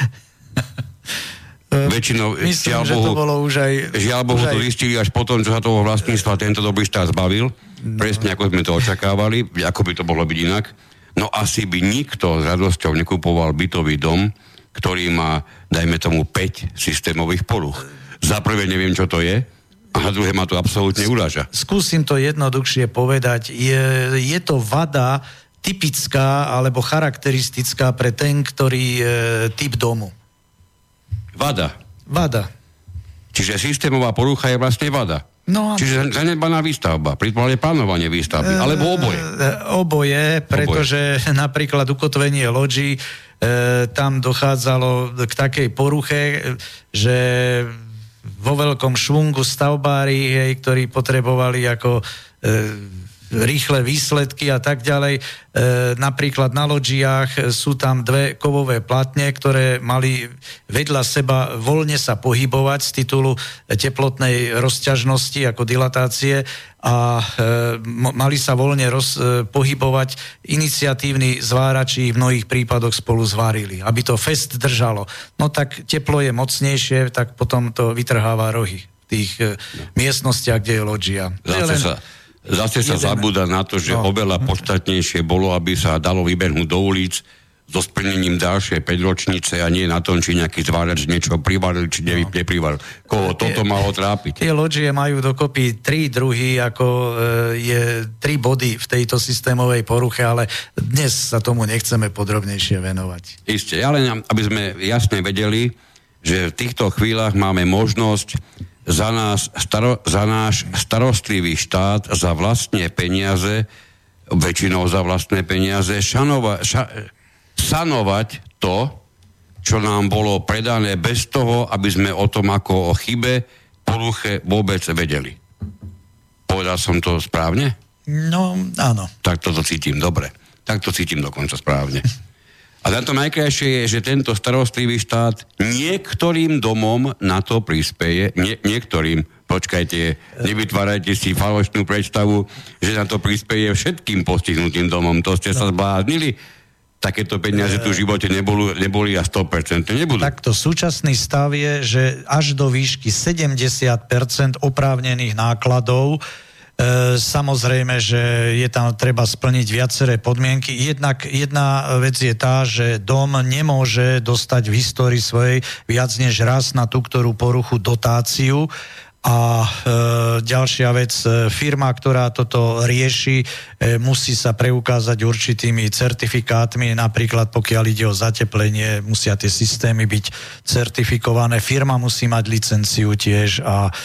Speaker 1: Väčšinou,
Speaker 2: myslím, že to bolo už aj...
Speaker 1: Žiaľ Bohu, to zistili až potom, čo sa toho vlastníctva tento dobrý štát zbavil. Presne ako sme to očakávali, ako by to mohlo byť inak. No asi by nikto s radosťou nekupoval bytový dom, ktorý má, dajme tomu, 5 systémových poruch. Za prvé neviem, čo to je, a za druhé ma to absolútne uráža.
Speaker 2: Skúsim to jednoduchšie povedať. Je to vada typická alebo charakteristická pre ten, ktorý typ domu.
Speaker 1: Vada. Čiže systémová porucha je vlastne vada. No, čiže zanedbaná výstavba, prípadne plánovanie výstavby, alebo oboje.
Speaker 2: Oboje, pretože napríklad ukotvenie lodží, tam dochádzalo k takej poruche, že vo veľkom švungu stavbári, ktorí potrebovali ako rýchle výsledky a tak ďalej. Napríklad na lodžiách sú tam 2 kovové platne, ktoré mali vedľa seba voľne sa pohybovať z titulu teplotnej rozťažnosti ako dilatácie a mali sa voľne pohybovať. Iniciatívni zvárači v mnohých prípadoch spolu zvárili, aby to fest držalo. No tak teplo je mocnejšie, tak potom to vytrháva rohy v tých miestnostiach, kde je lodžia.
Speaker 1: Zase sa zabúda na to, že oveľa podstatnejšie bolo, aby sa dalo vybehnúť do ulic so splnením ďalšej 5-ročnice a nie na tom, či nejaký zvárač niečo privaril, či neprivaril. Koho toto malo trápiť?
Speaker 2: Tie lodžie majú dokopy 3 druhy, ako je 3 body v tejto systémovej poruche, ale dnes sa tomu nechceme podrobnejšie venovať.
Speaker 1: Isté, ale aby sme jasne vedeli, že v týchto chvíľach máme možnosť za náš starostlivý štát za vlastné peniaze, väčšinou za vlastné peniaze, sanovať to, čo nám bolo predané bez toho, aby sme o tom ako o chybe, poruche vôbec vedeli. Povedal som to správne?
Speaker 2: No, áno.
Speaker 1: Tak toto cítim dobre. Tak to cítim dokonca správne. A na to najkrajšie je, že tento starostlivý štát niektorým domom na to prispieje, niektorým, počkajte, nevytvárajte si falošnú predstavu, že na to prispieje všetkým postihnutým domom. To ste sa zbláznili. Takéto peniaze tu v živote neboli a 100% nebudú.
Speaker 2: Takto súčasný stav je, že až do výšky 70% oprávnených nákladov samozrejme, že je tam treba splniť viaceré podmienky. Jedna vec je tá, že dom nemôže dostať v histórii svojej viac než raz na tú, ktorú poruchu dotáciu. A ďalšia vec, firma, ktorá toto rieši, musí sa preukázať určitými certifikátmi, napríklad pokiaľ ide o zateplenie, musia tie systémy byť certifikované, firma musí mať licenciu tiež a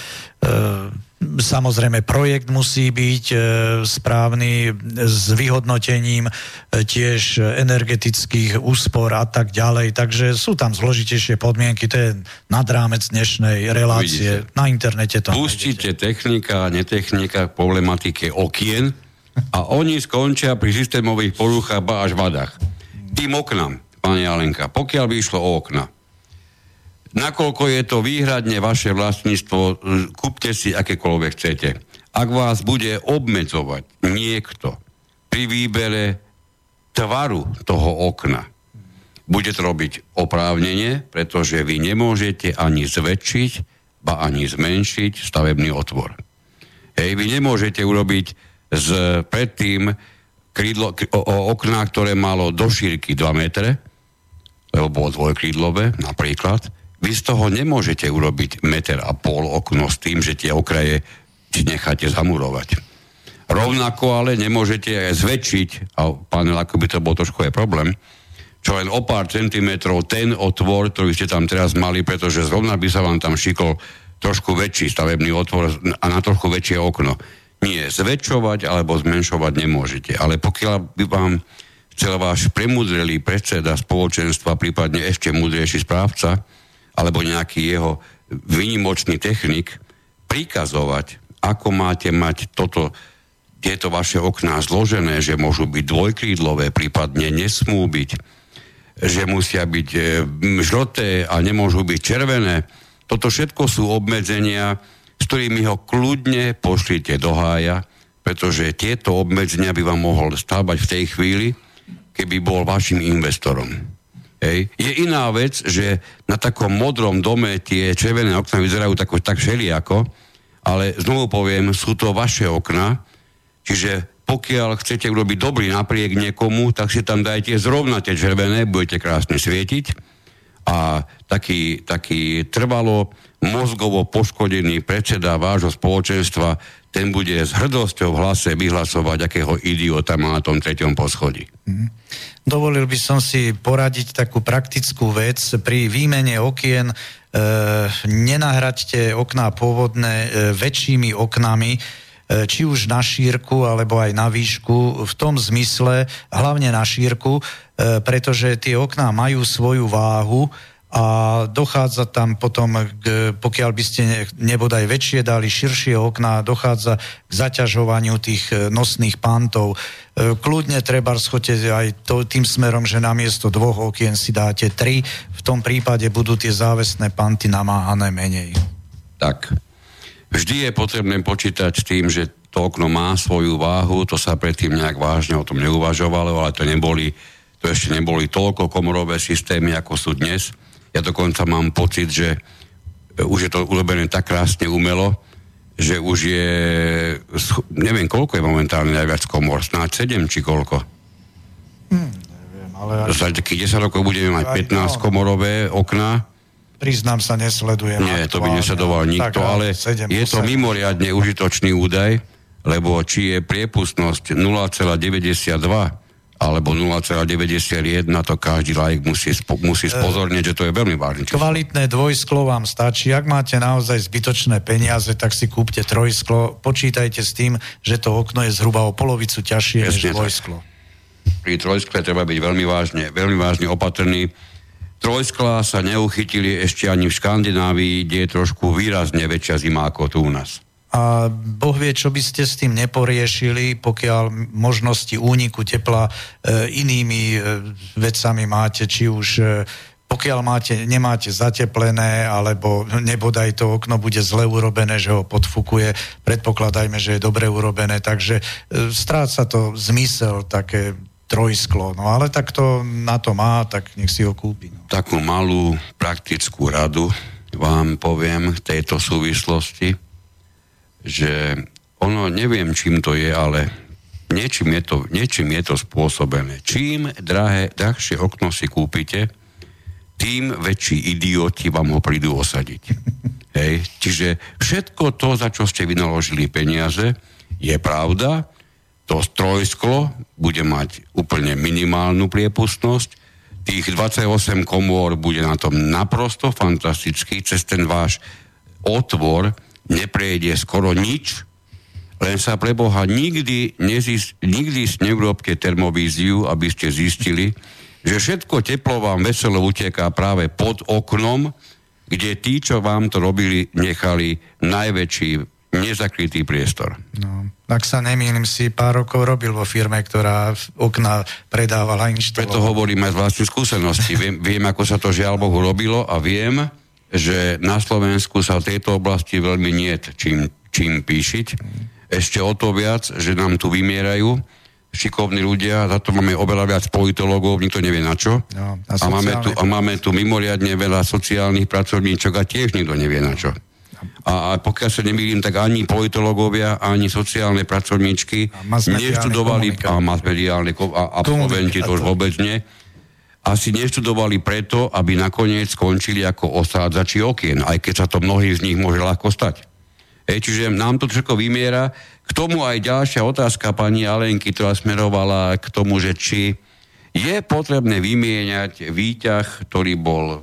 Speaker 2: samozrejme projekt musí byť správny s vyhodnotením tiež energetických úspor a tak ďalej. Takže sú tam zložitejšie podmienky, to je nad rámec dnešnej relácie. Vidíte, na internete to
Speaker 1: pustite technika a netechnika k problematike okien a oni skončia pri systémových poruchách až vadách. Tým oknám, pani Alenka, pokiaľ by išlo o okna, nakoľko je to výhradne vaše vlastníctvo, kúpte si akékoľvek chcete. Ak vás bude obmedzovať niekto pri výbere tvaru toho okna, bude to robiť oprávnene, pretože vy nemôžete ani zväčšiť, ba ani zmenšiť stavebný otvor. Vy nemôžete urobiť predtým okná, ktoré malo do šírky 2 metre, lebo bolo dvojkrídlové napríklad. Vy z toho nemôžete urobiť 1,5 metra okno s tým, že tie okraje si necháte zamurovať. Rovnako ale nemôžete aj zväčšiť, a panel, ako by to bol trošku aj problém, čo len o pár centimetrov ten otvor, ktorý ste tam teraz mali, pretože zrovna by sa vám tam šikol trošku väčší stavebný otvor a na trošku väčšie okno. Nie, zväčšovať alebo zmenšovať nemôžete. Ale pokiaľ by vám chcel váš premudrelý predseda spoločenstva, prípadne ešte múdrejší správca, alebo nejaký jeho výnimočný technik, prikazovať, ako máte mať tieto vaše okná zložené, že môžu byť dvojkrídlové, prípadne nesmú byť, že musia byť žlté a nemôžu byť červené. Toto všetko sú obmedzenia, s ktorými ho kľudne pošlite do hája, pretože tieto obmedzenia by vám mohol stavať v tej chvíli, keby bol vašim investorom. Je iná vec, že na takom modrom dome tie červené okná vyzerajú tak všelijako, ale znovu poviem, sú to vaše okná, čiže pokiaľ chcete urobiť dobrý napriek niekomu, tak si tam dajte zrovna tie červené, budete krásne svietiť a taký trvalo mozgovo poškodený predseda vášho spoločenstva, ten bude s hrdosťou v hlase vyhlasovať, akého idiota má na tom 3. poschodí.
Speaker 2: Dovolil by som si poradiť takú praktickú vec. Pri výmene okien nenahraďte okná pôvodné väčšími oknami, či už na šírku, alebo aj na výšku, v tom zmysle, hlavne na šírku, pretože tie okná majú svoju váhu a dochádza tam potom, pokiaľ by ste nebodaj väčšie dali, širšie okná, dochádza k zaťažovaniu tých nosných pantov. Kľudne treba schote aj tým smerom, že namiesto 2 okien si dáte 3, v tom prípade budú tie závesné panty namáhané menej. Tak.
Speaker 1: Vždy je potrebné počítať s tým, že to okno má svoju váhu, to sa predtým nejak vážne o tom neuvažovalo, ale to ešte neboli toľko komorové systémy, ako sú dnes. Ja dokonca mám pocit, že už je to urobené tak krásne umelo, že už je, neviem, koľko je momentálne najviac komor, snáď 7 či koľko.
Speaker 2: Neviem, ale...
Speaker 1: Za takých 10 rokov budeme mať 15 komorové okná.
Speaker 2: Priznám sa, nesledujem.
Speaker 1: Nie, to by nesledoval nikto, ale
Speaker 2: 7,
Speaker 1: je to mimoriadne užitočný údaj, lebo či je priepustnosť 0,92 alebo 0,91, to každý laik musí spozornieť, že to je veľmi vážne.
Speaker 2: Kvalitné dvojsklo vám stačí. Ak máte naozaj zbytočné peniaze, tak si kúpte trojsklo. Počítajte s tým, že to okno je zhruba o polovicu ťažšie než dvojsklo.
Speaker 1: Pri trojskle treba byť veľmi vážne opatrný. Trojsklá sa neuchytili ešte ani v Škandinávii, kde je trošku výrazne väčšia zima ako tu u nás.
Speaker 2: A Boh vie, čo by ste s tým neporiešili, pokiaľ možnosti úniku tepla inými vecami máte, či už pokiaľ nemáte zateplené, alebo nebodaj to okno bude zle urobené, že ho podfukuje, predpokladajme, že je dobre urobené, takže stráca to zmysel také trojsklo. No ale tak to na to má, tak nech si ho kúpi. No.
Speaker 1: Takú malú praktickú radu vám poviem v tejto súvislosti, že ono, neviem, čím to je, ale niečím je to spôsobené. Čím drahšie okno si kúpite, tým väčší idioti vám ho prídu osadiť. Hej. Čiže všetko to, za čo ste vynaložili peniaze, je pravda, to trojsklo bude mať úplne minimálnu priepustnosť, tých 28 komôr bude na tom naprosto fantastický, cez ten váš otvor neprejde skoro nič, len sa pre Boha nikdy neurobte termovíziu, aby ste zistili, že všetko teplo vám veselo uteká práve pod oknom, kde tí, čo vám to robili, nechali najväčší nezakrytý priestor.
Speaker 2: No, ak sa nemýlim, si pár rokov robil vo firme, ktorá okna predávala, inštalovala.
Speaker 1: Preto hovorím aj z vlastnej skúsenosti. Viem, ako sa to žiaľ Bohu robilo a viem, že na Slovensku sa v tejto oblasti veľmi niet čím píšiť. Ešte o to viac, že nám tu vymierajú šikovní ľudia, za to máme oveľa viac politológov, nikto nevie na čo. No, a máme tu mimoriadne veľa sociálnych pracovníčok a tiež nikto nevie na čo. A pokiaľ sa nemýlim, tak ani politológovia, ani sociálne pracovníčky neštudovali a absolventi to už vôbec nie. Asi neštudovali preto, aby nakoniec skončili ako osádzači okien, aj keď sa to mnohí z nich môže ľahko stať. Čiže nám to všetko vymiera. K tomu aj ďalšia otázka pani Alenky, ktorá smerovala k tomu, že či je potrebné vymieňať výťah, ktorý bol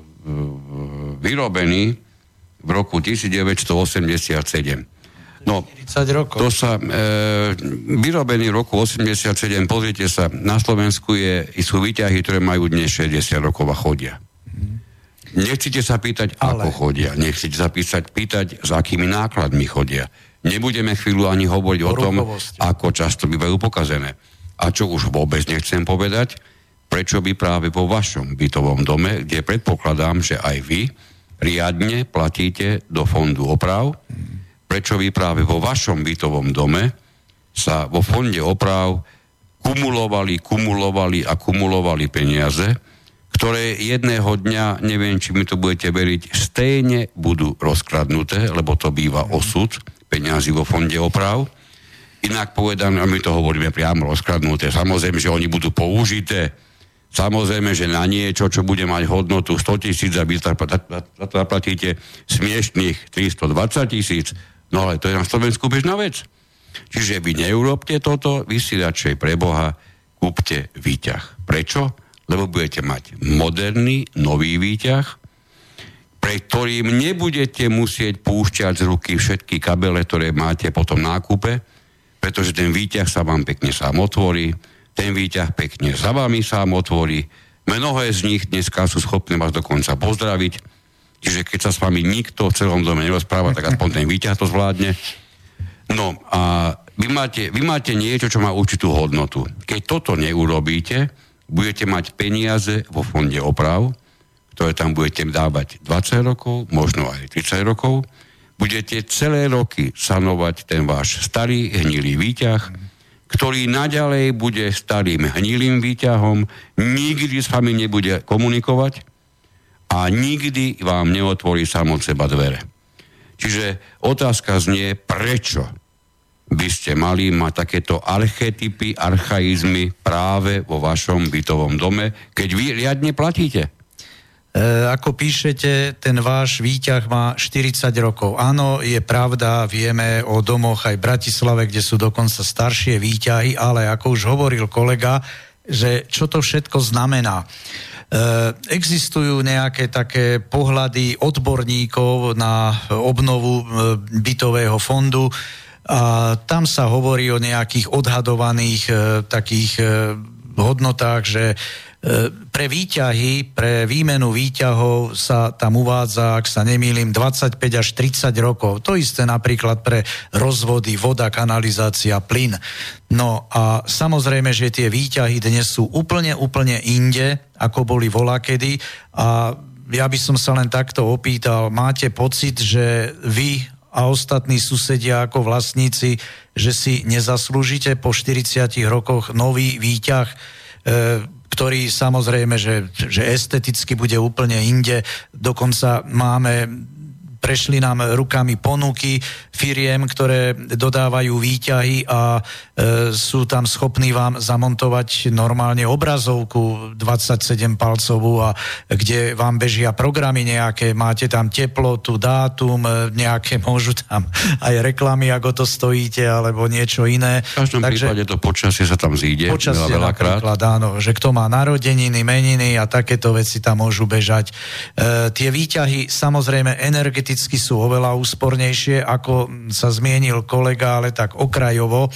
Speaker 1: vyrobený v roku 1987. No,
Speaker 2: 40 rokov.
Speaker 1: To sa vyrobený v roku 87, pozrite sa, na Slovensku sú výťahy, ktoré majú dnes 60 rokov a chodia. Nechcete sa pýtať, ako chodia. Nechcete sa pýtať, s akými nákladmi chodia. Nebudeme chvíľu ani hovoriť o tom, ako často bývajú pokazené. A čo už vôbec nechcem povedať, prečo by práve vo vašom bytovom dome, kde predpokladám, že aj vy riadne platíte do fondu oprav, prečo vy práve vo vašom bytovom dome sa vo fonde oprav kumulovali peniaze, ktoré jedného dňa, neviem, či mi to budete veriť, stejne budú rozkradnuté, lebo to býva osud peniazy vo fonde oprav. Inak povedané, my to hovoríme priamo rozkradnuté. Samozrejme, že oni budú použité. Samozrejme, že na niečo, čo bude mať hodnotu 100 000 a vy za to zaplatíte smiešných 320 000, no ale to je na Slovensku bežná vec. Čiže vy neurobte toto, vy si radšej pre Boha kúpte výťah. Prečo? Lebo budete mať moderný, nový výťah, pre ktorým nebudete musieť púšťať z ruky všetky kabele, ktoré máte po tom nákupe, pretože ten výťah sa vám pekne sám otvorí, ten výťah pekne za vami sám otvorí, Mnohé z nich dneska sú schopné vás dokonca pozdraviť, čiže keď sa s vami nikto v celom dome nerozpráva, tak aspoň ten výťah to zvládne. No a vy máte niečo, čo má určitú hodnotu. Keď toto neurobíte, budete mať peniaze vo fonde oprav, ktoré tam budete dávať 20 rokov, možno aj 30 rokov. Budete celé roky sanovať ten váš starý hnilý výťah, ktorý naďalej bude starým hnilým výťahom, nikdy s vami nebude komunikovať a nikdy vám neotvorí sám od seba dvere. Čiže otázka znie, prečo by ste mali mať takéto archetypy, archaizmy práve vo vašom bytovom dome, keď vy riadne platíte?
Speaker 2: Ako píšete, ten váš výťah má 40 rokov. Áno, je pravda, vieme o domoch aj v Bratislave, kde sú dokonca staršie výťahy, ale ako už hovoril kolega, že čo to všetko znamená. Existujú nejaké také pohľady odborníkov na obnovu bytového fondu a tam sa hovorí o nejakých odhadovaných takých hodnotách, že pre výťahy, pre výmenu výťahov sa tam uvádza, ak sa nemýlim, 25 až 30 rokov. To isté napríklad pre rozvody, voda, kanalizácia, plyn. No a samozrejme, že tie výťahy dnes sú úplne inde, ako boli volakedy. A ja by som sa len takto opýtal, máte pocit, že vy a ostatní susedia ako vlastníci, že si nezaslúžite po 40 rokoch nový výťah, ktorý samozrejme, že esteticky bude úplne inde. Dokonca prešli nám rukami ponuky firiem, ktoré dodávajú výťahy a sú tam schopní vám zamontovať normálne obrazovku 27-palcovú a kde vám bežia programy nejaké, máte tam teplotu, dátum, nejaké môžu tam aj reklamy, ako to stojíte, alebo niečo iné.
Speaker 1: V každom prípade to počasie sa tam zíde.
Speaker 2: Počasie napríklad, áno, že kto má narodeniny, meniny a takéto veci tam môžu bežať. Tie výťahy samozrejme energeticky sú oveľa úspornejšie, ako sa zmienil kolega, ale tak okrajovo.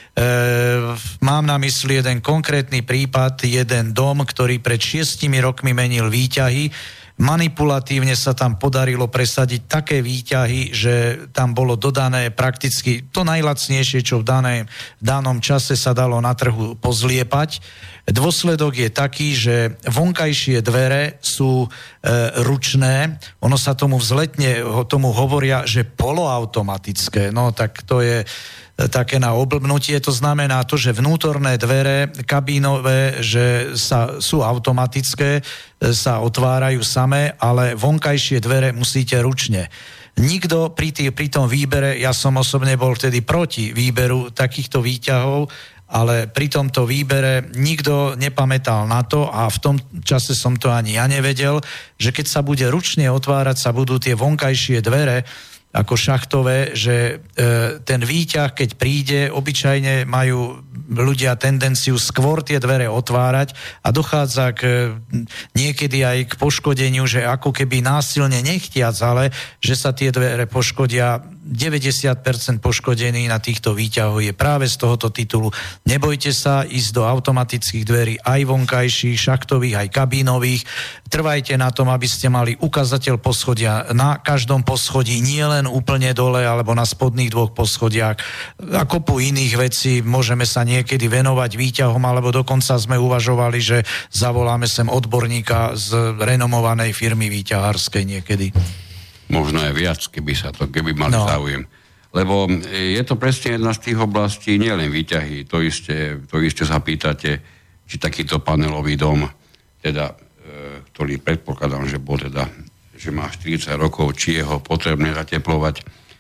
Speaker 2: Mám na mysli jeden konkrétny prípad, jeden dom, ktorý pred 6 rokmi menil výťahy. Manipulatívne sa tam podarilo presadiť také výťahy, že tam bolo dodané prakticky to najlacnejšie, čo v danom čase sa dalo na trhu pozliepať. Dôsledok je taký, že vonkajšie dvere sú ručné, ono sa tomu vzletne, tomu hovoria, že poloautomatické, no tak to je také na oblbnutie, to znamená to, že vnútorné dvere kabínové, že sú automatické, sa otvárajú samé, ale vonkajšie dvere musíte ručne. Nikto pri tom výbere, ja som osobne bol vtedy proti výberu takýchto výťahov, ale pri tomto výbere nikto nepamätal na to a v tom čase som to ani ja nevedel, že keď sa bude ručne otvárať, sa budú tie vonkajšie dvere ako šachtové, že ten výťah, keď príde, obyčajne majú ľudia tendenciu skôr tie dvere otvárať a dochádza niekedy aj k poškodeniu, že ako keby násilne nechtiac, ale že sa tie dvere poškodia. 90% poškodení na týchto výťahoch je práve z tohoto titulu. Nebojte sa ísť do automatických dverí aj vonkajších, šachtových, aj kabínových. Trvajte na tom, aby ste mali ukazateľ poschodia na každom poschodí, nie len úplne dole alebo na spodných 2 poschodiach. A kopu iných vecí môžeme sa niekedy venovať výťahom, alebo dokonca sme uvažovali, že zavoláme sem odborníka z renomovanej firmy výťahárskej niekedy.
Speaker 1: Možno aj viac, keby mali záujem. Lebo je to presne jedna z tých oblastí, nielen výťahy, to isté sa pýtate, či takýto panelový dom, teda, ktorý predpokladám, že bol teda, že má 40 rokov, či je ho potrebné zateplovať.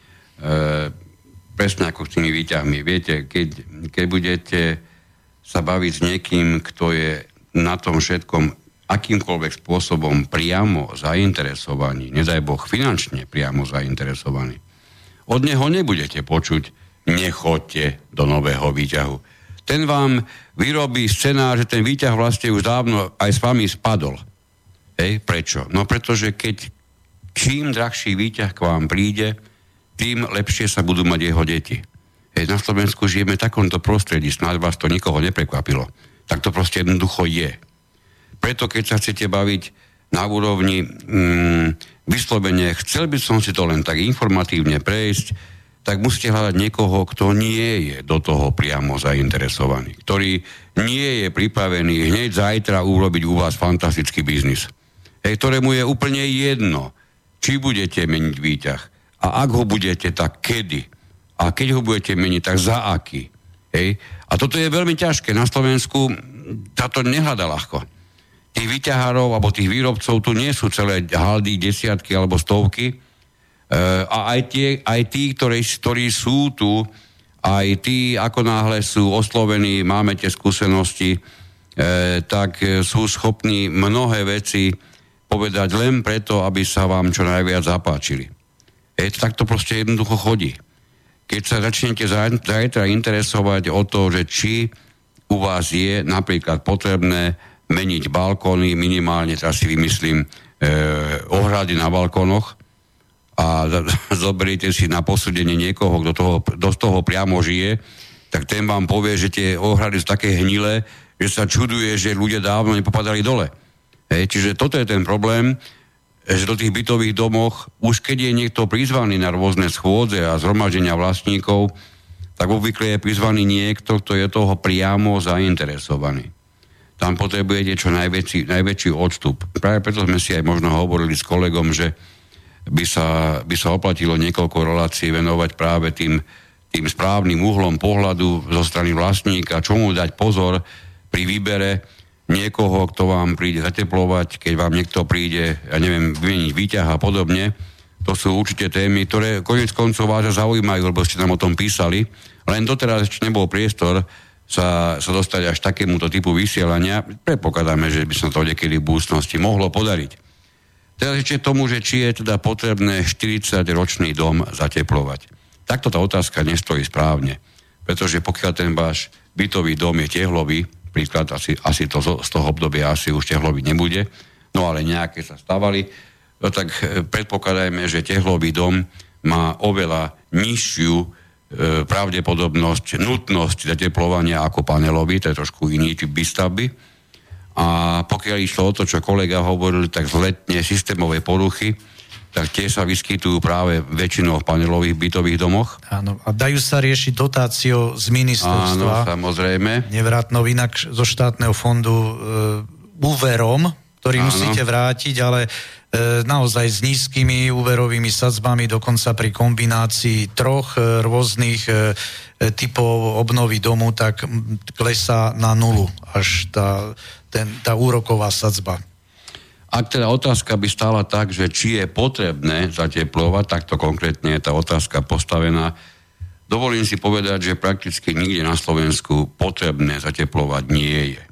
Speaker 1: Presne ako s tými výťahmi. Viete, keď budete sa baviť s niekým, kto je na tom všetkom akýmkoľvek spôsobom priamo zainteresovaný, nedaj Boh finančne priamo zainteresovaný, od neho nebudete počuť, nechoďte do nového výťahu. Ten vám vyrobí scenár, že ten výťah vlastne už dávno aj s vami spadol. Prečo? No pretože čím drahší výťah k vám príde, tým lepšie sa budú mať jeho deti. Na Slovensku žijeme v takomto prostredí, snáď vás to nikoho neprekvapilo. Tak to proste jednoducho je. preto keď sa chcete baviť na úrovni vyslovene, chcel by som si to len tak informatívne prejsť, tak musíte hľadať niekoho, kto nie je do toho priamo zainteresovaný, ktorý nie je pripravený hneď zajtra urobiť u vás fantastický biznis. Ktorému je úplne jedno, či budete meniť výťah a ak ho budete, tak kedy. A keď ho budete meniť, tak za aký. A toto je veľmi ťažké. Na Slovensku táto nehľada ľahko. Tých výťahárov alebo tých výrobcov tu nie sú celé haldy, desiatky alebo stovky. A aj tí, ktorí sú tu, aj tí, ako náhle sú oslovení, máme tie skúsenosti, tak sú schopní mnohé veci povedať len preto, aby sa vám čo najviac zapáčili. Tak to proste jednoducho chodí. Keď sa začnete zajtra interesovať o to, že či u vás je napríklad potrebné meniť balkóny, minimálne, teraz si vymyslím, ohrady na balkónoch a zoberiete si na posúdenie niekoho, kto z toho priamo žije, tak ten vám povie, že tie ohrady sú také hnilé, že sa čuduje, že ľudia dávno nepopadali dole. Čiže toto je ten problém, že do tých bytových domoch, už keď je niekto prizvaný na rôzne schôdze a zhromaždenia vlastníkov, tak obvykle je prizvaný niekto, kto je toho priamo zainteresovaný. Tam potrebujete čo najväčší odstup. Práve preto sme si aj možno hovorili s kolegom, že by sa oplatilo niekoľko relácií venovať práve tým správnym uhlom pohľadu zo strany vlastníka, čomu dať pozor pri výbere niekoho, kto vám príde zateplovať, keď vám niekto príde, ja neviem, vymeniť výťah a podobne. To sú určite témy, ktoré koniec koncov vás zaujímajú, lebo ste nám o tom písali. Len doteraz ešte nebol priestor sa dostať až takémuto typu vysielania. Predpokladáme, že by sa to niekedy v budúcnosti mohlo podariť. Teraz ešte tomu, že či je teda potrebné 40-ročný dom zateplovať. Takto tá otázka nestojí správne. Pretože pokiaľ ten váš bytový dom je tehlový, príklad asi to z toho obdobia asi už tehlový nebude, no ale nejaké sa stavali, no tak predpokladajme, že tehlový dom má oveľa nižšiu pravdepodobnosť, nutnosť zateplovania ako panelový, to je trošku iný typ výstavby. A pokiaľ išlo o to, čo kolega hovoril, tak zletne systémové poruchy, tak tie sa vyskytujú práve väčšinou v panelových bytových domoch.
Speaker 2: Áno, a dajú sa riešiť dotáciou z ministerstva.
Speaker 1: Áno, samozrejme.
Speaker 2: Nevratnou inak zo štátneho fondu úverom, ktorý musíte vrátiť, ale naozaj s nízkymi úverovými sadzbami, dokonca pri kombinácii 3 rôznych typov obnovy domu, tak klesá na 0 až tá úroková sadzba.
Speaker 1: Ak teda otázka by stála tak, že či je potrebné zateplovať, takto konkrétne je tá otázka postavená, dovolím si povedať, že prakticky nikde na Slovensku potrebné zateplovať nie je.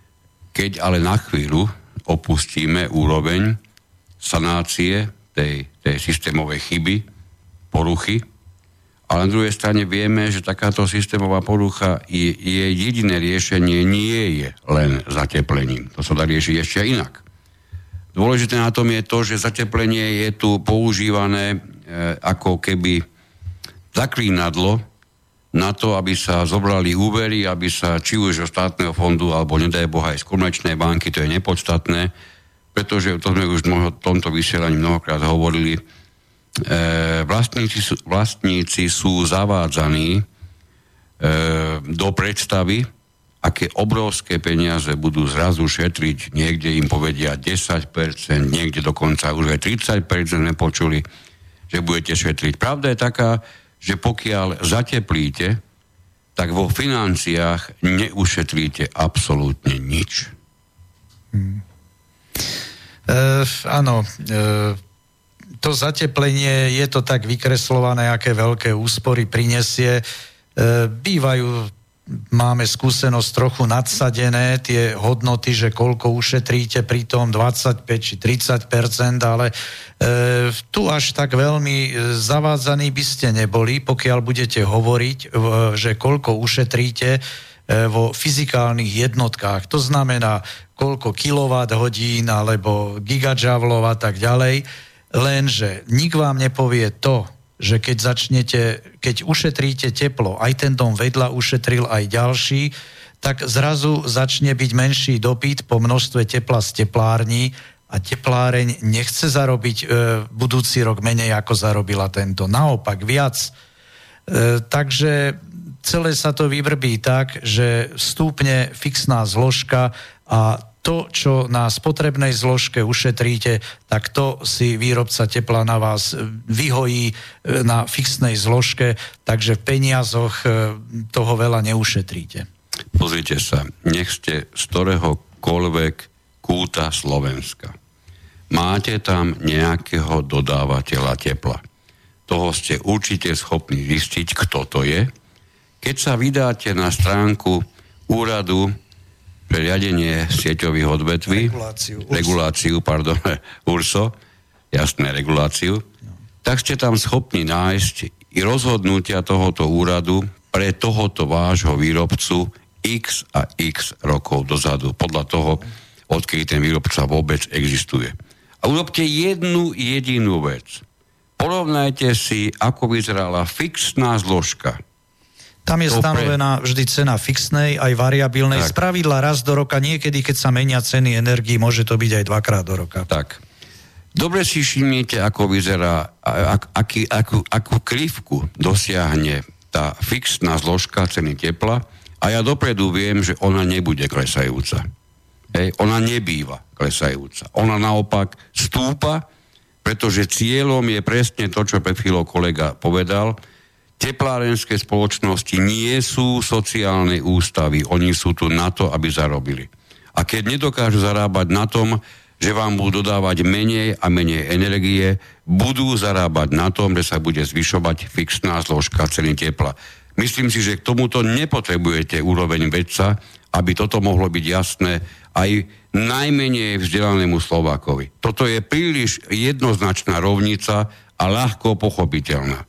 Speaker 1: Keď ale na chvíľu opustíme úroveň sanácie tej systémovej chyby, poruchy, ale na druhej strane vieme, že takáto systémová porucha je jediné riešenie, nie je len zateplením. To sa dá riešiť ešte inak. Dôležité na tom je to, že zateplenie je tu používané ako keby zaklínadlo na to, aby sa zobrali úvery, aby sa či už zo štátneho fondu, alebo nedaj Boha aj z komerčnej banky, to je nepodstatné, pretože to sme už v tomto vysielaní mnohokrát hovorili, vlastníci sú zavádzaní do predstavy, aké obrovské peniaze budú zrazu šetriť, niekde im povedia 10%, niekde dokonca už aj 30% nepočuli, že budete šetriť. Pravda je taká, že pokiaľ zateplíte, tak vo financiách neušetríte absolútne nič.
Speaker 2: Áno, to zateplenie je to tak vykreslované, aké veľké úspory prinesie. Máme skúsenosť trochu nadsadené, tie hodnoty, že koľko ušetríte pri tom 25 či 30%, ale tu až tak veľmi zavádzaní by ste neboli, pokiaľ budete hovoriť, že koľko ušetríte vo fyzikálnych jednotkách. To znamená, koľko kilowatt-hodín alebo gigajoulov a tak ďalej, lenže nik vám nepovie to, že keď ušetríte teplo, aj ten dom vedľa ušetril aj ďalší, tak zrazu začne byť menší dopyt po množstve tepla z teplární a tepláreň nechce zarobiť budúci rok menej, ako zarobila tento. Naopak viac. Takže celé sa to vyvrbí tak, že vstúpne fixná zložka a to, čo na spotrebnej zložke ušetríte, tak to si výrobca tepla na vás vyhojí na fixnej zložke, takže v peniazoch toho veľa neušetríte.
Speaker 1: Pozrite sa, nech ste z ktoréhokoľvek kúta Slovenska. Máte tam nejakého dodávateľa tepla. Toho ste určite schopní zistiť, kto to je. Keď sa vydáte na stránku úradu pre riadenie sieťových odvetví, URSO, jasné, reguláciu, tak ste tam schopní nájsť i rozhodnutia tohoto úradu pre tohoto vášho výrobcu x a x rokov dozadu, podľa toho, odkedy ten výrobca vôbec existuje. A urobte jednu jedinú vec. Porovnajte si, ako vyzerala fixná zložka.
Speaker 2: Tam je stanovená vždy cena fixnej, aj variabilnej. Z pravidla raz do roka, niekedy, keď sa menia ceny energií, môže to byť aj dvakrát do roka.
Speaker 1: Tak. Dobre si všimnite, ako vyzerá, akú krivku dosiahne tá fixná zložka ceny tepla a ja dopredu viem, že ona nebude klesajúca. Ona nebýva klesajúca. Ona naopak stúpa, pretože cieľom je presne to, čo pred chvíľou kolega povedal. Teplárenské spoločnosti nie sú sociálne ústavy. Oni sú tu na to, aby zarobili. A keď nedokážu zarábať na tom, že vám budú dodávať menej a menej energie, budú zarábať na tom, že sa bude zvyšovať fixná zložka ceny tepla. Myslím si, že k tomuto nepotrebujete úroveň vedca, aby toto mohlo byť jasné aj najmenej vzdelanému Slovákovi. Toto je príliš jednoznačná rovnica a ľahko pochopiteľná.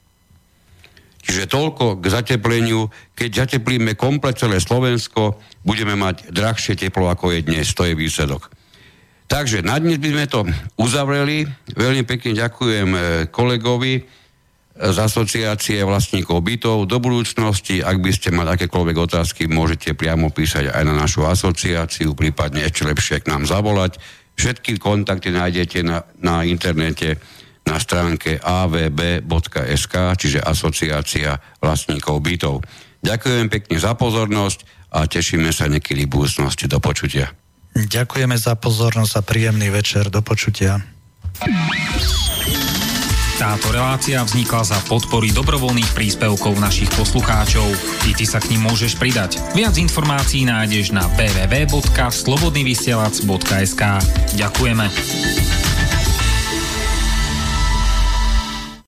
Speaker 1: Čiže toľko k zatepleniu. Keď zateplíme komplet celé Slovensko, budeme mať drahšie teplo, ako je dnes. To je výsledok. Takže na dnes by sme to uzavreli. Veľmi pekne ďakujem kolegovi z asociácie vlastníkov bytov. Do budúcnosti, ak by ste mali akékoľvek otázky, môžete priamo písať aj na našu asociáciu, prípadne ešte lepšie k nám zavolať. Všetky kontakty nájdete na internete na stránke avb.sk, čiže asociácia vlastníkov bytov. Ďakujem pekne za pozornosť a tešíme sa niekedy v budúcnosti. Do počutia.
Speaker 2: Ďakujeme za pozornosť a príjemný večer. Do počutia.
Speaker 4: Táto relácia vznikla za podpory dobrovoľných príspevkov našich poslucháčov. I ty sa k nim môžeš pridať. Viac informácií nájdeš na www.slobodnyvysielac.sk. Ďakujeme.